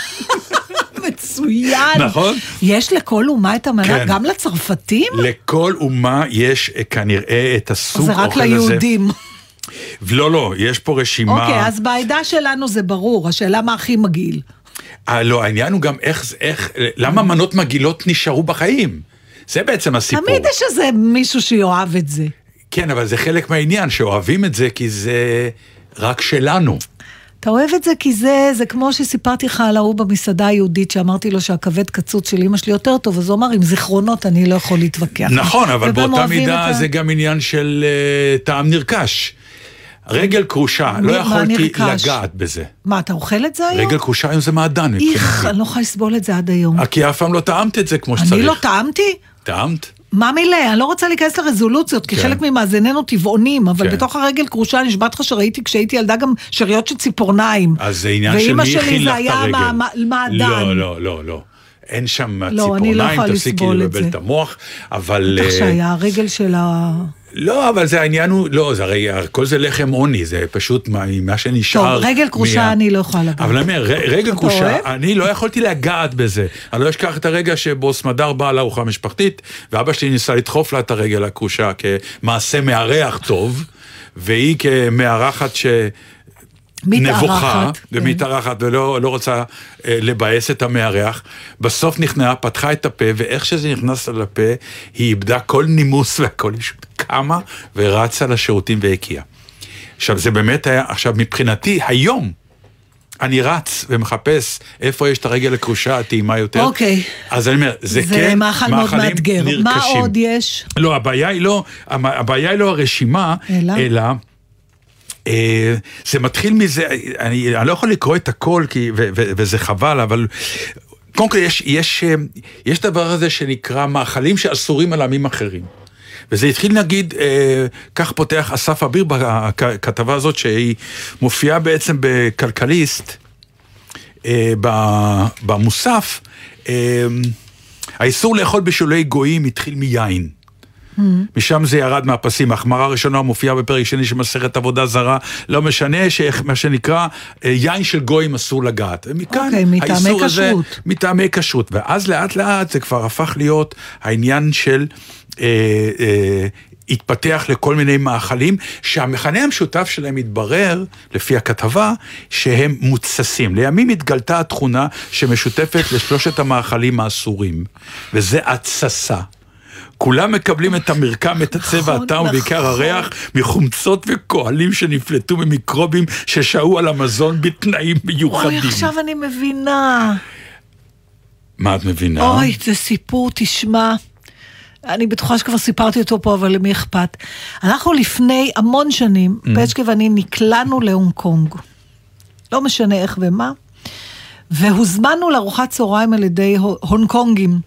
מצוין.
נכון?
יש לכל אומה את המנה, כן. גם לצרפתים?
לכל אומה יש כנראה את הסוג אוכל הזה.
זה רק ליהודים.
לא, לא, יש פה רשימה...
אוקיי, אז בעדה שלנו זה ברור, השאלה מה הכי מגעיל.
אה, לא, העניין הוא גם איך, איך, למה מנות מגעילות נשארו בחיים? זה בעצם הסיפור.
תמיד יש איזה מישהו שיואב את זה.
כן, אבל זה חלק מהעניין, שאוהבים את זה כי זה רק שלנו.
אתה אוהב את זה כי זה, זה כמו שסיפרתי לך על ההוא במסעדה היהודית, שאמרתי לו שהכבד קצוץ של אמא שלי יותר טוב, אז הוא אמר, עם זיכרונות אני לא יכול להתווכח.
נכון, אבל באותה מידה זה גם עניין של uh, טעם נרכש. רגל קרושה, לא יכולתי לגעת בזה.
מה, אתה אוכל את זה היום?
רגל קרושה היום זה מעדן.
איך, אני לא יכולה לסבול את זה עד היום.
כי אף פעם לא טעמת את זה כמו שצריך.
אני לא טעמתי?
טעמת?
מה מילה? אני לא רוצה להיכנס לרזולוציות, כי חלק ממאזיננו טבעונים, אבל בתוך הרגל קרושה נשבעת לך שראיתי כשהייתי ילדה גם שאריות של ציפורניים.
אז זה עניין של מי הכין לך את הרגל.
ואמא שלי זה היה מעדן.
לא, לא, לא, לא. אין שם ציפורניים, תפסיקי לבלבל את המוח, אבל...
בטח שהיה הרגל של ה...
לא, אבל זה העניין הוא, לא, זה הרי, כל זה לחם עוני, זה פשוט מה שנשאר.
טוב, רגל קרושה אני לא יכולה לגעת.
אבל אני אומר, רגל קרושה, אני לא יכולתי לגעת בזה. אני לא אשכח את הרגע שבו סמדר באה לארוחה משפחתית, ואבא שלי ניסה לדחוף לה את הרגל הקרושה כמעשה מארח טוב, והיא כמארחת ש... נבוכה ומתארחת ולא לא רוצה אה, לבאס את המארח. בסוף נכנעה, פתחה את הפה, ואיך שזה נכנס לה לפה, היא איבדה כל נימוס והכל, היא פשוט קמה ורצה לשירותים והקיעה. עכשיו זה באמת היה, עכשיו מבחינתי היום אני רץ ומחפש איפה יש את הרגל הקרושה הטעימה יותר.
אוקיי.
אז אני אומר, זה, זה כן
מאכל מאוד מאתגר. נרכשים. מה עוד יש?
לא, הבעיה היא לא, הבעיה היא לא הרשימה, אלא, אלא זה מתחיל מזה, אני, אני לא יכול לקרוא את הכל, כי, ו, ו, וזה חבל, אבל קודם כל יש, יש, יש דבר הזה שנקרא מאכלים שאסורים על עמים אחרים. וזה התחיל נגיד, אה, כך פותח אסף אביר בכתבה הזאת, שהיא מופיעה בעצם בכלכליסט, אה, במוסף, אה, האיסור לאכול בשולי גויים התחיל מיין. משם זה ירד מהפסים. ההחמרה הראשונה מופיעה בפרק שני של מסכת עבודה זרה, לא משנה, מה שנקרא יין של גויים אסור לגעת. ומכאן
okay, האיסור הזה,
מטעמי כשרות. ואז לאט לאט זה כבר הפך להיות העניין של אה, אה, התפתח לכל מיני מאכלים, שהמכנה המשותף שלהם התברר, לפי הכתבה, שהם מוצסים. לימים התגלתה התכונה שמשותפת לשלושת המאכלים האסורים, וזה התססה. כולם מקבלים את המרקם, את הצבע, הטעם ובעיקר הריח מחומצות וכהלים שנפלטו ממיקרובים ששהו על המזון בתנאים מיוחדים.
אוי, עכשיו אני מבינה.
מה את מבינה?
אוי, זה סיפור, תשמע. אני בטוחה שכבר סיפרתי אותו פה, אבל למי אכפת? אנחנו לפני המון שנים, mm. פצ'קה ואני נקלענו להונג קונג. לא משנה איך ומה. והוזמנו לארוחת צהריים על ידי הונג קונגים.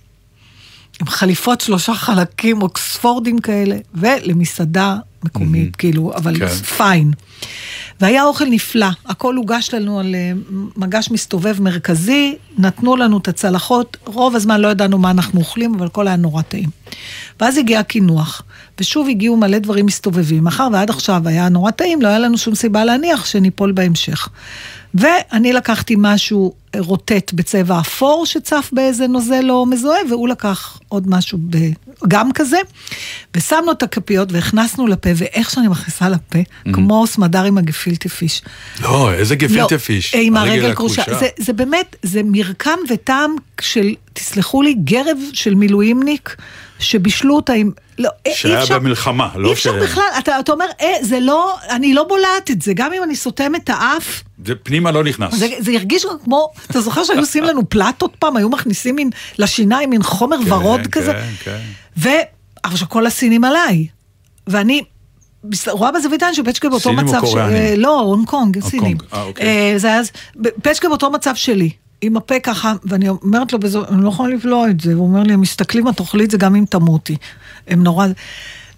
עם חליפות שלושה חלקים, אוקספורדים כאלה, ולמסעדה מקומית, mm-hmm. כאילו, אבל כן. פיין. והיה אוכל נפלא, הכל הוגש לנו על מגש מסתובב מרכזי, נתנו לנו את הצלחות, רוב הזמן לא ידענו מה אנחנו אוכלים, אבל הכל היה נורא טעים. ואז הגיע כינוח, ושוב הגיעו מלא דברים מסתובבים, מאחר ועד עכשיו היה נורא טעים, לא היה לנו שום סיבה להניח שניפול בהמשך. ואני לקחתי משהו רוטט בצבע אפור שצף באיזה נוזל או מזוהה, והוא לקח עוד משהו גם כזה, ושמנו את הכפיות והכנסנו לפה, ואיך שאני מכניסה לפה, mm-hmm. כמו סמדר עם הגפילטה פיש.
לא, איזה גפילטה לא, פיש?
עם הרגל קרושה. זה, זה באמת, זה מרקם וטעם של, תסלחו לי, גרב של מילואימניק, שבישלו אותה עם... לא,
שהיה אפשר, במלחמה, לא
אי אפשר ש... בכלל, אתה, אתה אומר, אה, זה לא, אני לא בולעת את זה, גם אם אני סותם את האף.
זה פנימה לא נכנס.
זה, זה ירגיש כמו, אתה זוכר שהיו עושים לנו פלטות פעם, היו מכניסים מין, לשיניים מין חומר כן, ורוד כן, כזה. כן, כן. אבל שכל הסינים עליי. ואני רואה בזוויתן שפצ'קה באותו מצב... סינים או קוריאנים? לא, הונג קונג, סינים. אה, אוקיי. זה היה, פצ'קה באותו מצב שלי. עם הפה ככה, ואני אומרת לו, אני לא יכולה לבלוע את זה, הוא אומר לי, הם מסתכלים, את אוכלי את זה גם אם תמותי. הם נורא...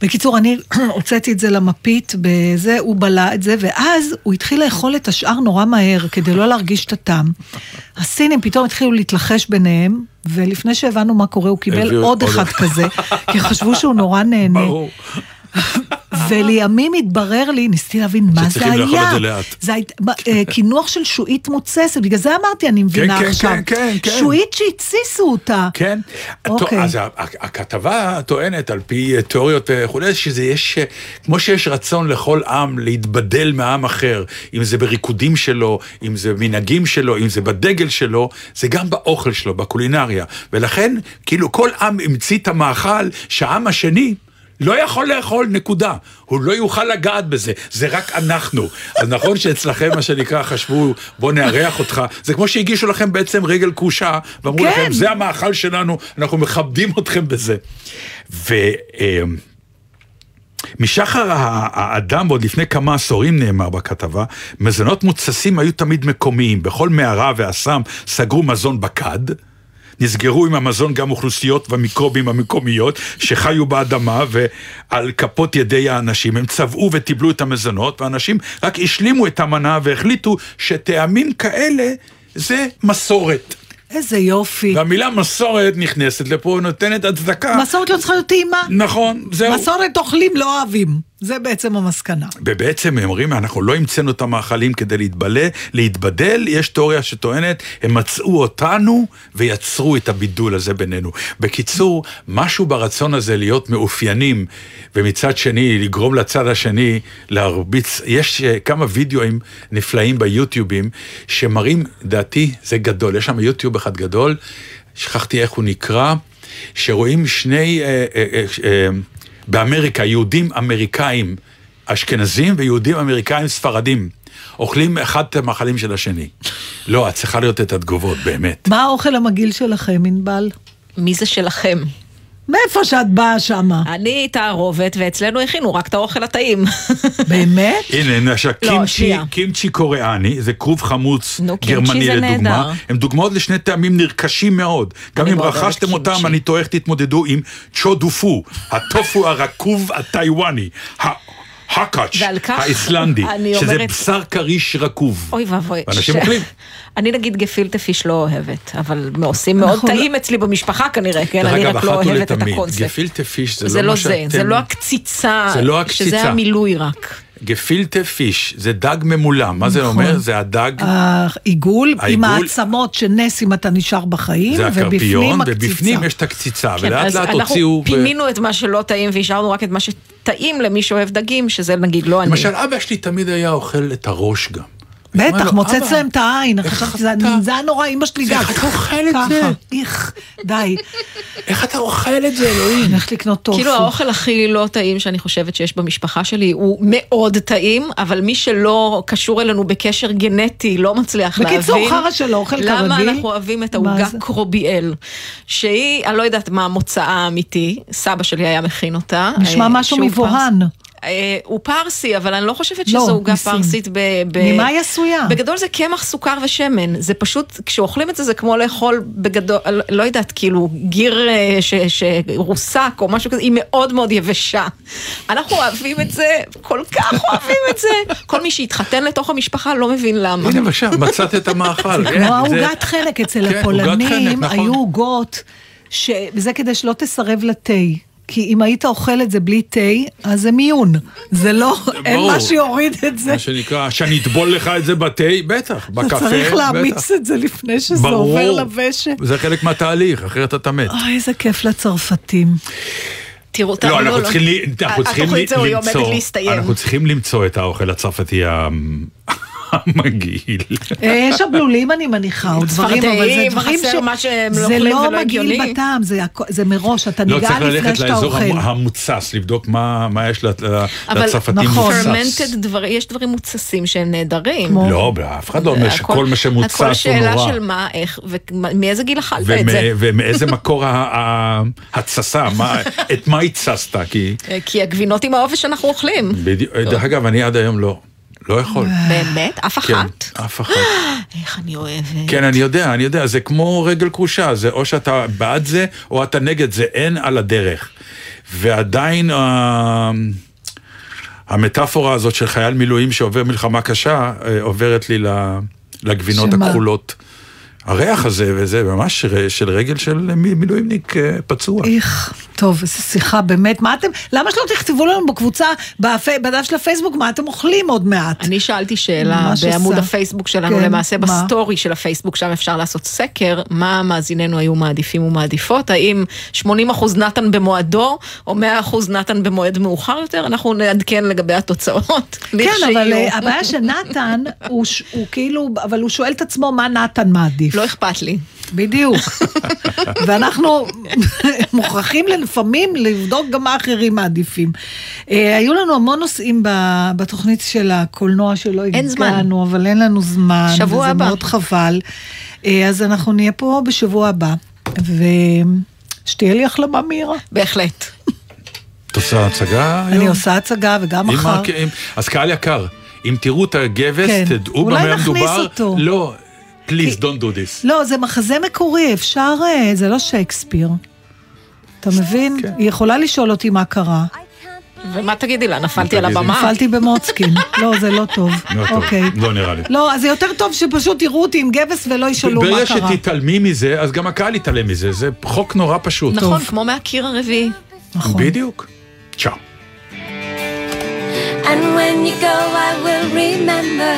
בקיצור, אני הוצאתי את זה למפית בזה, הוא בלע את זה, ואז הוא התחיל לאכול את השאר נורא מהר, כדי לא להרגיש את הטעם. הסינים פתאום התחילו להתלחש ביניהם, ולפני שהבנו מה קורה, הוא קיבל עוד אחד כזה, כי חשבו שהוא נורא נהנה. ברור. ולימים התברר לי, ניסיתי להבין מה זה היה. זה היה כינוח של שועית מוצסת, בגלל זה אמרתי, אני מבינה עכשיו. שועית שהציסו אותה.
כן. אז הכתבה טוענת, על פי תיאוריות וכולי, שזה יש, כמו שיש רצון לכל עם להתבדל מהעם אחר, אם זה בריקודים שלו, אם זה מנהגים שלו, אם זה בדגל שלו, זה גם באוכל שלו, בקולינריה. ולכן, כאילו כל עם המציא את המאכל שהעם השני לא יכול לאכול, נקודה. הוא לא יוכל לגעת בזה, זה רק אנחנו. אז נכון שאצלכם, מה שנקרא, חשבו, בוא נארח אותך. זה כמו שהגישו לכם בעצם רגל קושה, ואמרו כן. לכם, זה המאכל שלנו, אנחנו מכבדים אתכם בזה. ו... משחר האדם, עוד לפני כמה עשורים נאמר בכתבה, מזונות מוצסים היו תמיד מקומיים. בכל מערה ואסם סגרו מזון בקד, נסגרו עם המזון גם אוכלוסיות והמיקרובים המקומיות שחיו באדמה ועל כפות ידי האנשים. הם צבעו וטיבלו את המזונות, והאנשים רק השלימו את המנה והחליטו שטעמים כאלה זה מסורת.
איזה יופי.
והמילה מסורת נכנסת לפה, נותנת הצדקה.
מסורת לא צריכה להיות טעימה.
נכון, זהו.
מסורת אוכלים לא אוהבים. זה בעצם המסקנה.
ובעצם הם אומרים, אנחנו לא המצאנו את המאכלים כדי להתבלה, להתבדל, יש תיאוריה שטוענת, הם מצאו אותנו ויצרו את הבידול הזה בינינו. בקיצור, משהו ברצון הזה להיות מאופיינים, ומצד שני, לגרום לצד השני להרביץ, יש כמה וידאוים נפלאים ביוטיובים, שמראים, דעתי, זה גדול, יש שם יוטיוב אחד גדול, שכחתי איך הוא נקרא, שרואים שני... אה, אה, אה, באמריקה, יהודים אמריקאים אשכנזים ויהודים אמריקאים ספרדים אוכלים אחד את המאכלים של השני. לא, את צריכה להיות את התגובות, באמת.
מה האוכל המגיל שלכם, ענבל?
מי זה שלכם?
מאיפה שאת באה שמה?
אני תערובת, ואצלנו הכינו רק את האוכל הטעים.
באמת?
הנה, נשא, קימצ'י קוריאני, זה כרוב חמוץ גרמני לדוגמה. הם דוגמאות לשני טעמים נרכשים מאוד. גם אם רכשתם אותם, אני טועך תתמודדו עם צ'ו דופו, הטופו הרקוב הטיואני, הקאץ' האיסלנדי, שזה בשר קריש רקוב.
אוי ואבוי.
ואנשים אוכלים.
אני נגיד גפילטה פיש לא אוהבת, אבל עושים מאוד טעים אצלי במשפחה כנראה, כן? אני רק לא אוהבת את הקונספט.
גפילטה פיש זה לא מה שאתם...
זה לא הקציצה,
זה לא הקציצה.
שזה המילוי רק.
גפילטה פיש, זה דג ממולם, מה זה אומר? זה הדג...
העיגול עם העצמות שנס אם אתה נשאר בחיים,
זה הקרפיון, ובפנים יש את הקציצה, ולאט לאט הוציאו...
אנחנו פינינו את מה שלא טעים, והשארנו רק את מה שטעים למי שאוהב דגים, שזה נגיד לא אני.
למשל, אבא שלי תמיד היה אוכל את הראש גם.
בטח, מוצץ להם את העין, זה היה נורא, אמא שלי גג.
איך אתה אוכל את זה?
איך, די.
איך אתה אוכל את זה, אלוהים?
אני הולכת לקנות טופו.
כאילו האוכל הכי לא טעים שאני חושבת שיש במשפחה שלי, הוא מאוד טעים, אבל מי שלא קשור אלינו בקשר גנטי, לא מצליח להבין.
בקיצור, חרא של אוכל כרגיל.
למה אנחנו אוהבים את העוגה קרוביאל, שהיא, אני לא יודעת מה המוצאה האמיתי, סבא שלי היה מכין אותה.
נשמע משהו מבוהן.
הוא פרסי, אבל אני לא חושבת שזו עוגה פרסית.
ממה היא עשויה?
בגדול זה קמח, סוכר ושמן. זה פשוט, כשאוכלים את זה, זה כמו לאכול בגדול, לא יודעת, כאילו, גיר שרוסק או משהו כזה, היא מאוד מאוד יבשה. אנחנו אוהבים את זה, כל כך אוהבים את זה. כל מי שהתחתן לתוך המשפחה לא מבין למה.
הנה, בבקשה, מצאת את המאכל.
כמו העוגת חלק, אצל הפולנים היו עוגות, וזה כדי שלא תסרב לתה. כי אם היית אוכל את זה בלי תה, אז זה מיון. זה לא, אין מה שיוריד את זה.
מה שנקרא, שאני אטבול לך את זה בתה, בטח, בקפה, בטח.
אתה צריך להמיץ את זה לפני שזה עובר לוושת.
זה חלק מהתהליך, אחרת אתה מת.
אוי, איזה כיף לצרפתים.
תראו,
לא, אנחנו צריכים למצוא,
אנחנו
צריכים למצוא את האוכל הצרפתי המגעיל.
שבלולים אני מניחה, או דברים, אבל זה דברים שזה לא מגעיל בטעם, זה מראש, אתה ניגע לפני שאתה אוכל.
לא צריך ללכת לאזור המוצס, לבדוק מה יש לצרפתים מוצס.
יש דברים מוצסים שהם נהדרים.
לא, אף אחד לא אומר שכל מה שמוצס הוא נורא.
הכל שאלה של מה, איך, ומאיזה גיל אכלת את זה?
ומאיזה מקור התססה, את מה התססת?
כי הגבינות עם האופש שאנחנו אוכלים.
דרך אגב, אני עד היום לא. לא יכול.
באמת? אף אחת?
כן, אף אחת.
איך אני אוהבת.
כן, אני יודע, אני יודע, זה כמו רגל קרושה, זה או שאתה בעד זה, או אתה נגד זה, אין על הדרך. ועדיין המטאפורה הזאת של חייל מילואים שעובר מלחמה קשה, עוברת לי לגבינות הכחולות. הריח הזה, וזה ממש של רגל של מילואימניק פצוע.
איך, טוב, איזו שיחה, באמת, מה אתם, למה שלא תכתבו לנו בקבוצה, בדף של הפייסבוק, מה אתם אוכלים עוד מעט?
אני שאלתי שאלה בעמוד הפייסבוק שלנו, למעשה בסטורי של הפייסבוק, שם אפשר לעשות סקר, מה מאזיננו היו מעדיפים ומעדיפות, האם שמונים אחוז נתן במועדו, או מאה אחוז נתן במועד מאוחר יותר, אנחנו נעדכן לגבי התוצאות.
כן, אבל הבעיה שנתן, הוא כאילו, אבל הוא שואל את עצמו, מה נתן מעדיף?
לא אכפת לי.
בדיוק. ואנחנו מוכרחים לפעמים לבדוק גם מה אחרים מעדיפים. היו לנו המון נושאים בתוכנית של הקולנוע שלא הגענו, אבל אין לנו זמן.
שבוע הבא.
וזה מאוד חבל. אז אנחנו נהיה פה בשבוע הבא. ושתהיה לי החלמה מהירה.
בהחלט.
את עושה הצגה היום?
אני עושה הצגה וגם מחר.
אז קהל יקר, אם תראו את הגבס, תדעו במה מדובר. לא. Please don't do this.
לא, זה מחזה מקורי, אפשר, זה לא שייקספיר. אתה מבין? היא יכולה לשאול אותי מה קרה.
ומה תגידי לה? נפלתי על הבמה?
נפלתי במוצקין. לא, זה לא טוב.
לא טוב, לא נראה לי.
לא, אז זה יותר טוב שפשוט יראו אותי עם גבס ולא ישאלו מה קרה.
ברגע שתתעלמי מזה, אז גם הקהל יתעלם מזה. זה חוק נורא פשוט.
נכון, כמו מהקיר הרביעי.
בדיוק. צ'או.
And when you go, I will remember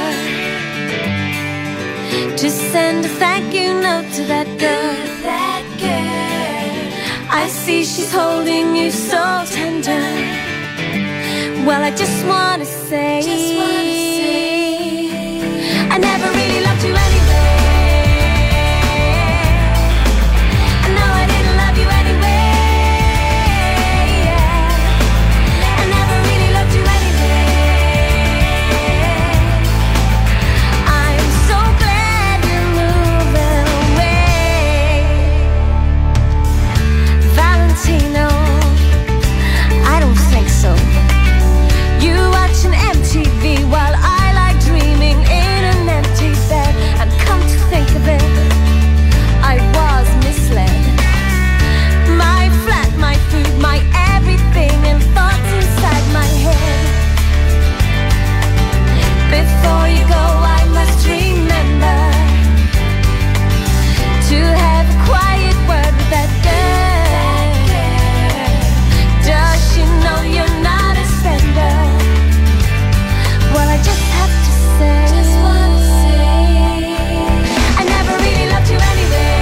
to send a thank you note to that girl, that girl. I see she's holding you so tender. Well, I just want to say, just wanna say I never really loved you anyway. I know I didn't love you anyway. Yeah. I never really loved you anyway. I'm so glad you're moving away, Valentino. I don't think so. You watching M T V while I lie dreaming in an empty bed. And come to think of it, I was misled. My flat, my food, my everything, and thoughts inside my head. Before you go, I must remember to have a quiet word with that girl. Does she know you're not a spender? Well, I just have to say, just wanna say I never really loved you anyway.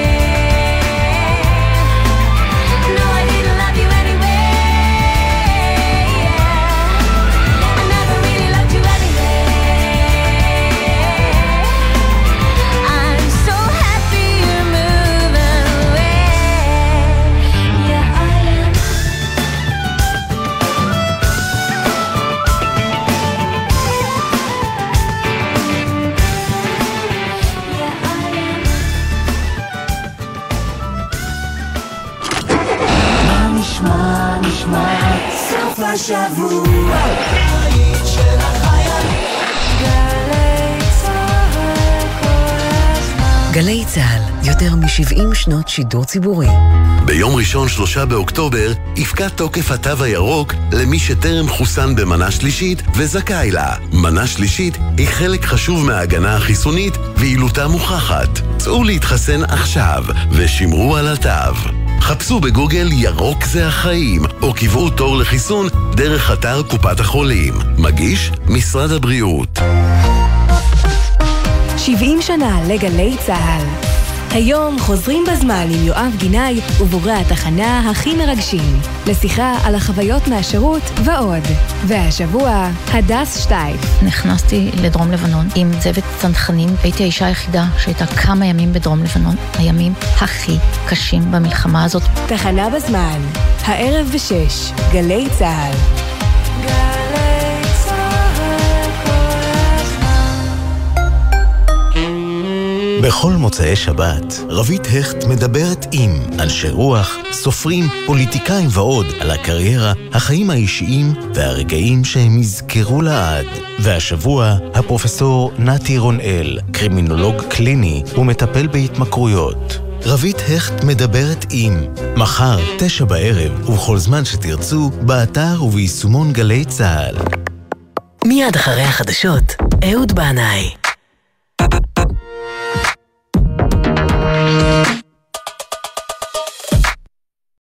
No, I didn't love you anyway. Yeah. I never really loved you anyway. I'm so happy you're moving away. Yeah, I am.
גלי צהל, יותר מ-שבעים שנות שידור ציבורי.
ביום ראשון שלושה באוקטובר יפקע תוקף התו הירוק למי שטרם חוסן במנה שלישית וזכאי לה. מנה שלישית היא חלק חשוב מההגנה החיסונית ויעילותה מוכחת. צאו להתחסן עכשיו ושמרו על התו. חפשו בגוגל ירוק זה החיים, או קבעו תור לחיסון דרך אתר קופת החולים. מגיש משרד הבריאות.
שבעים שנה לגלי צהל. היום חוזרים בזמן עם יואב גינאי ובוגרי התחנה הכי מרגשים, לשיחה על החוויות מהשירות ועוד. והשבוע, הדס שטייף.
נכנסתי לדרום לבנון עם צוות צנחנים. הייתי האישה היחידה שהייתה כמה ימים בדרום לבנון, הימים הכי קשים במלחמה הזאת.
תחנה בזמן, הערב בשש, גלי צהל.
בכל מוצאי שבת, רבית הכט מדברת עם אנשי רוח, סופרים, פוליטיקאים ועוד על הקריירה, החיים האישיים והרגעים שהם יזכרו לעד. והשבוע, הפרופסור נתי רונאל, קרימינולוג קליני ומטפל בהתמכרויות. רבית הכט מדברת עם. מחר, תשע בערב, ובכל זמן שתרצו, באתר וביישומון גלי צהל.
מיד אחרי החדשות, אהוד בנאי.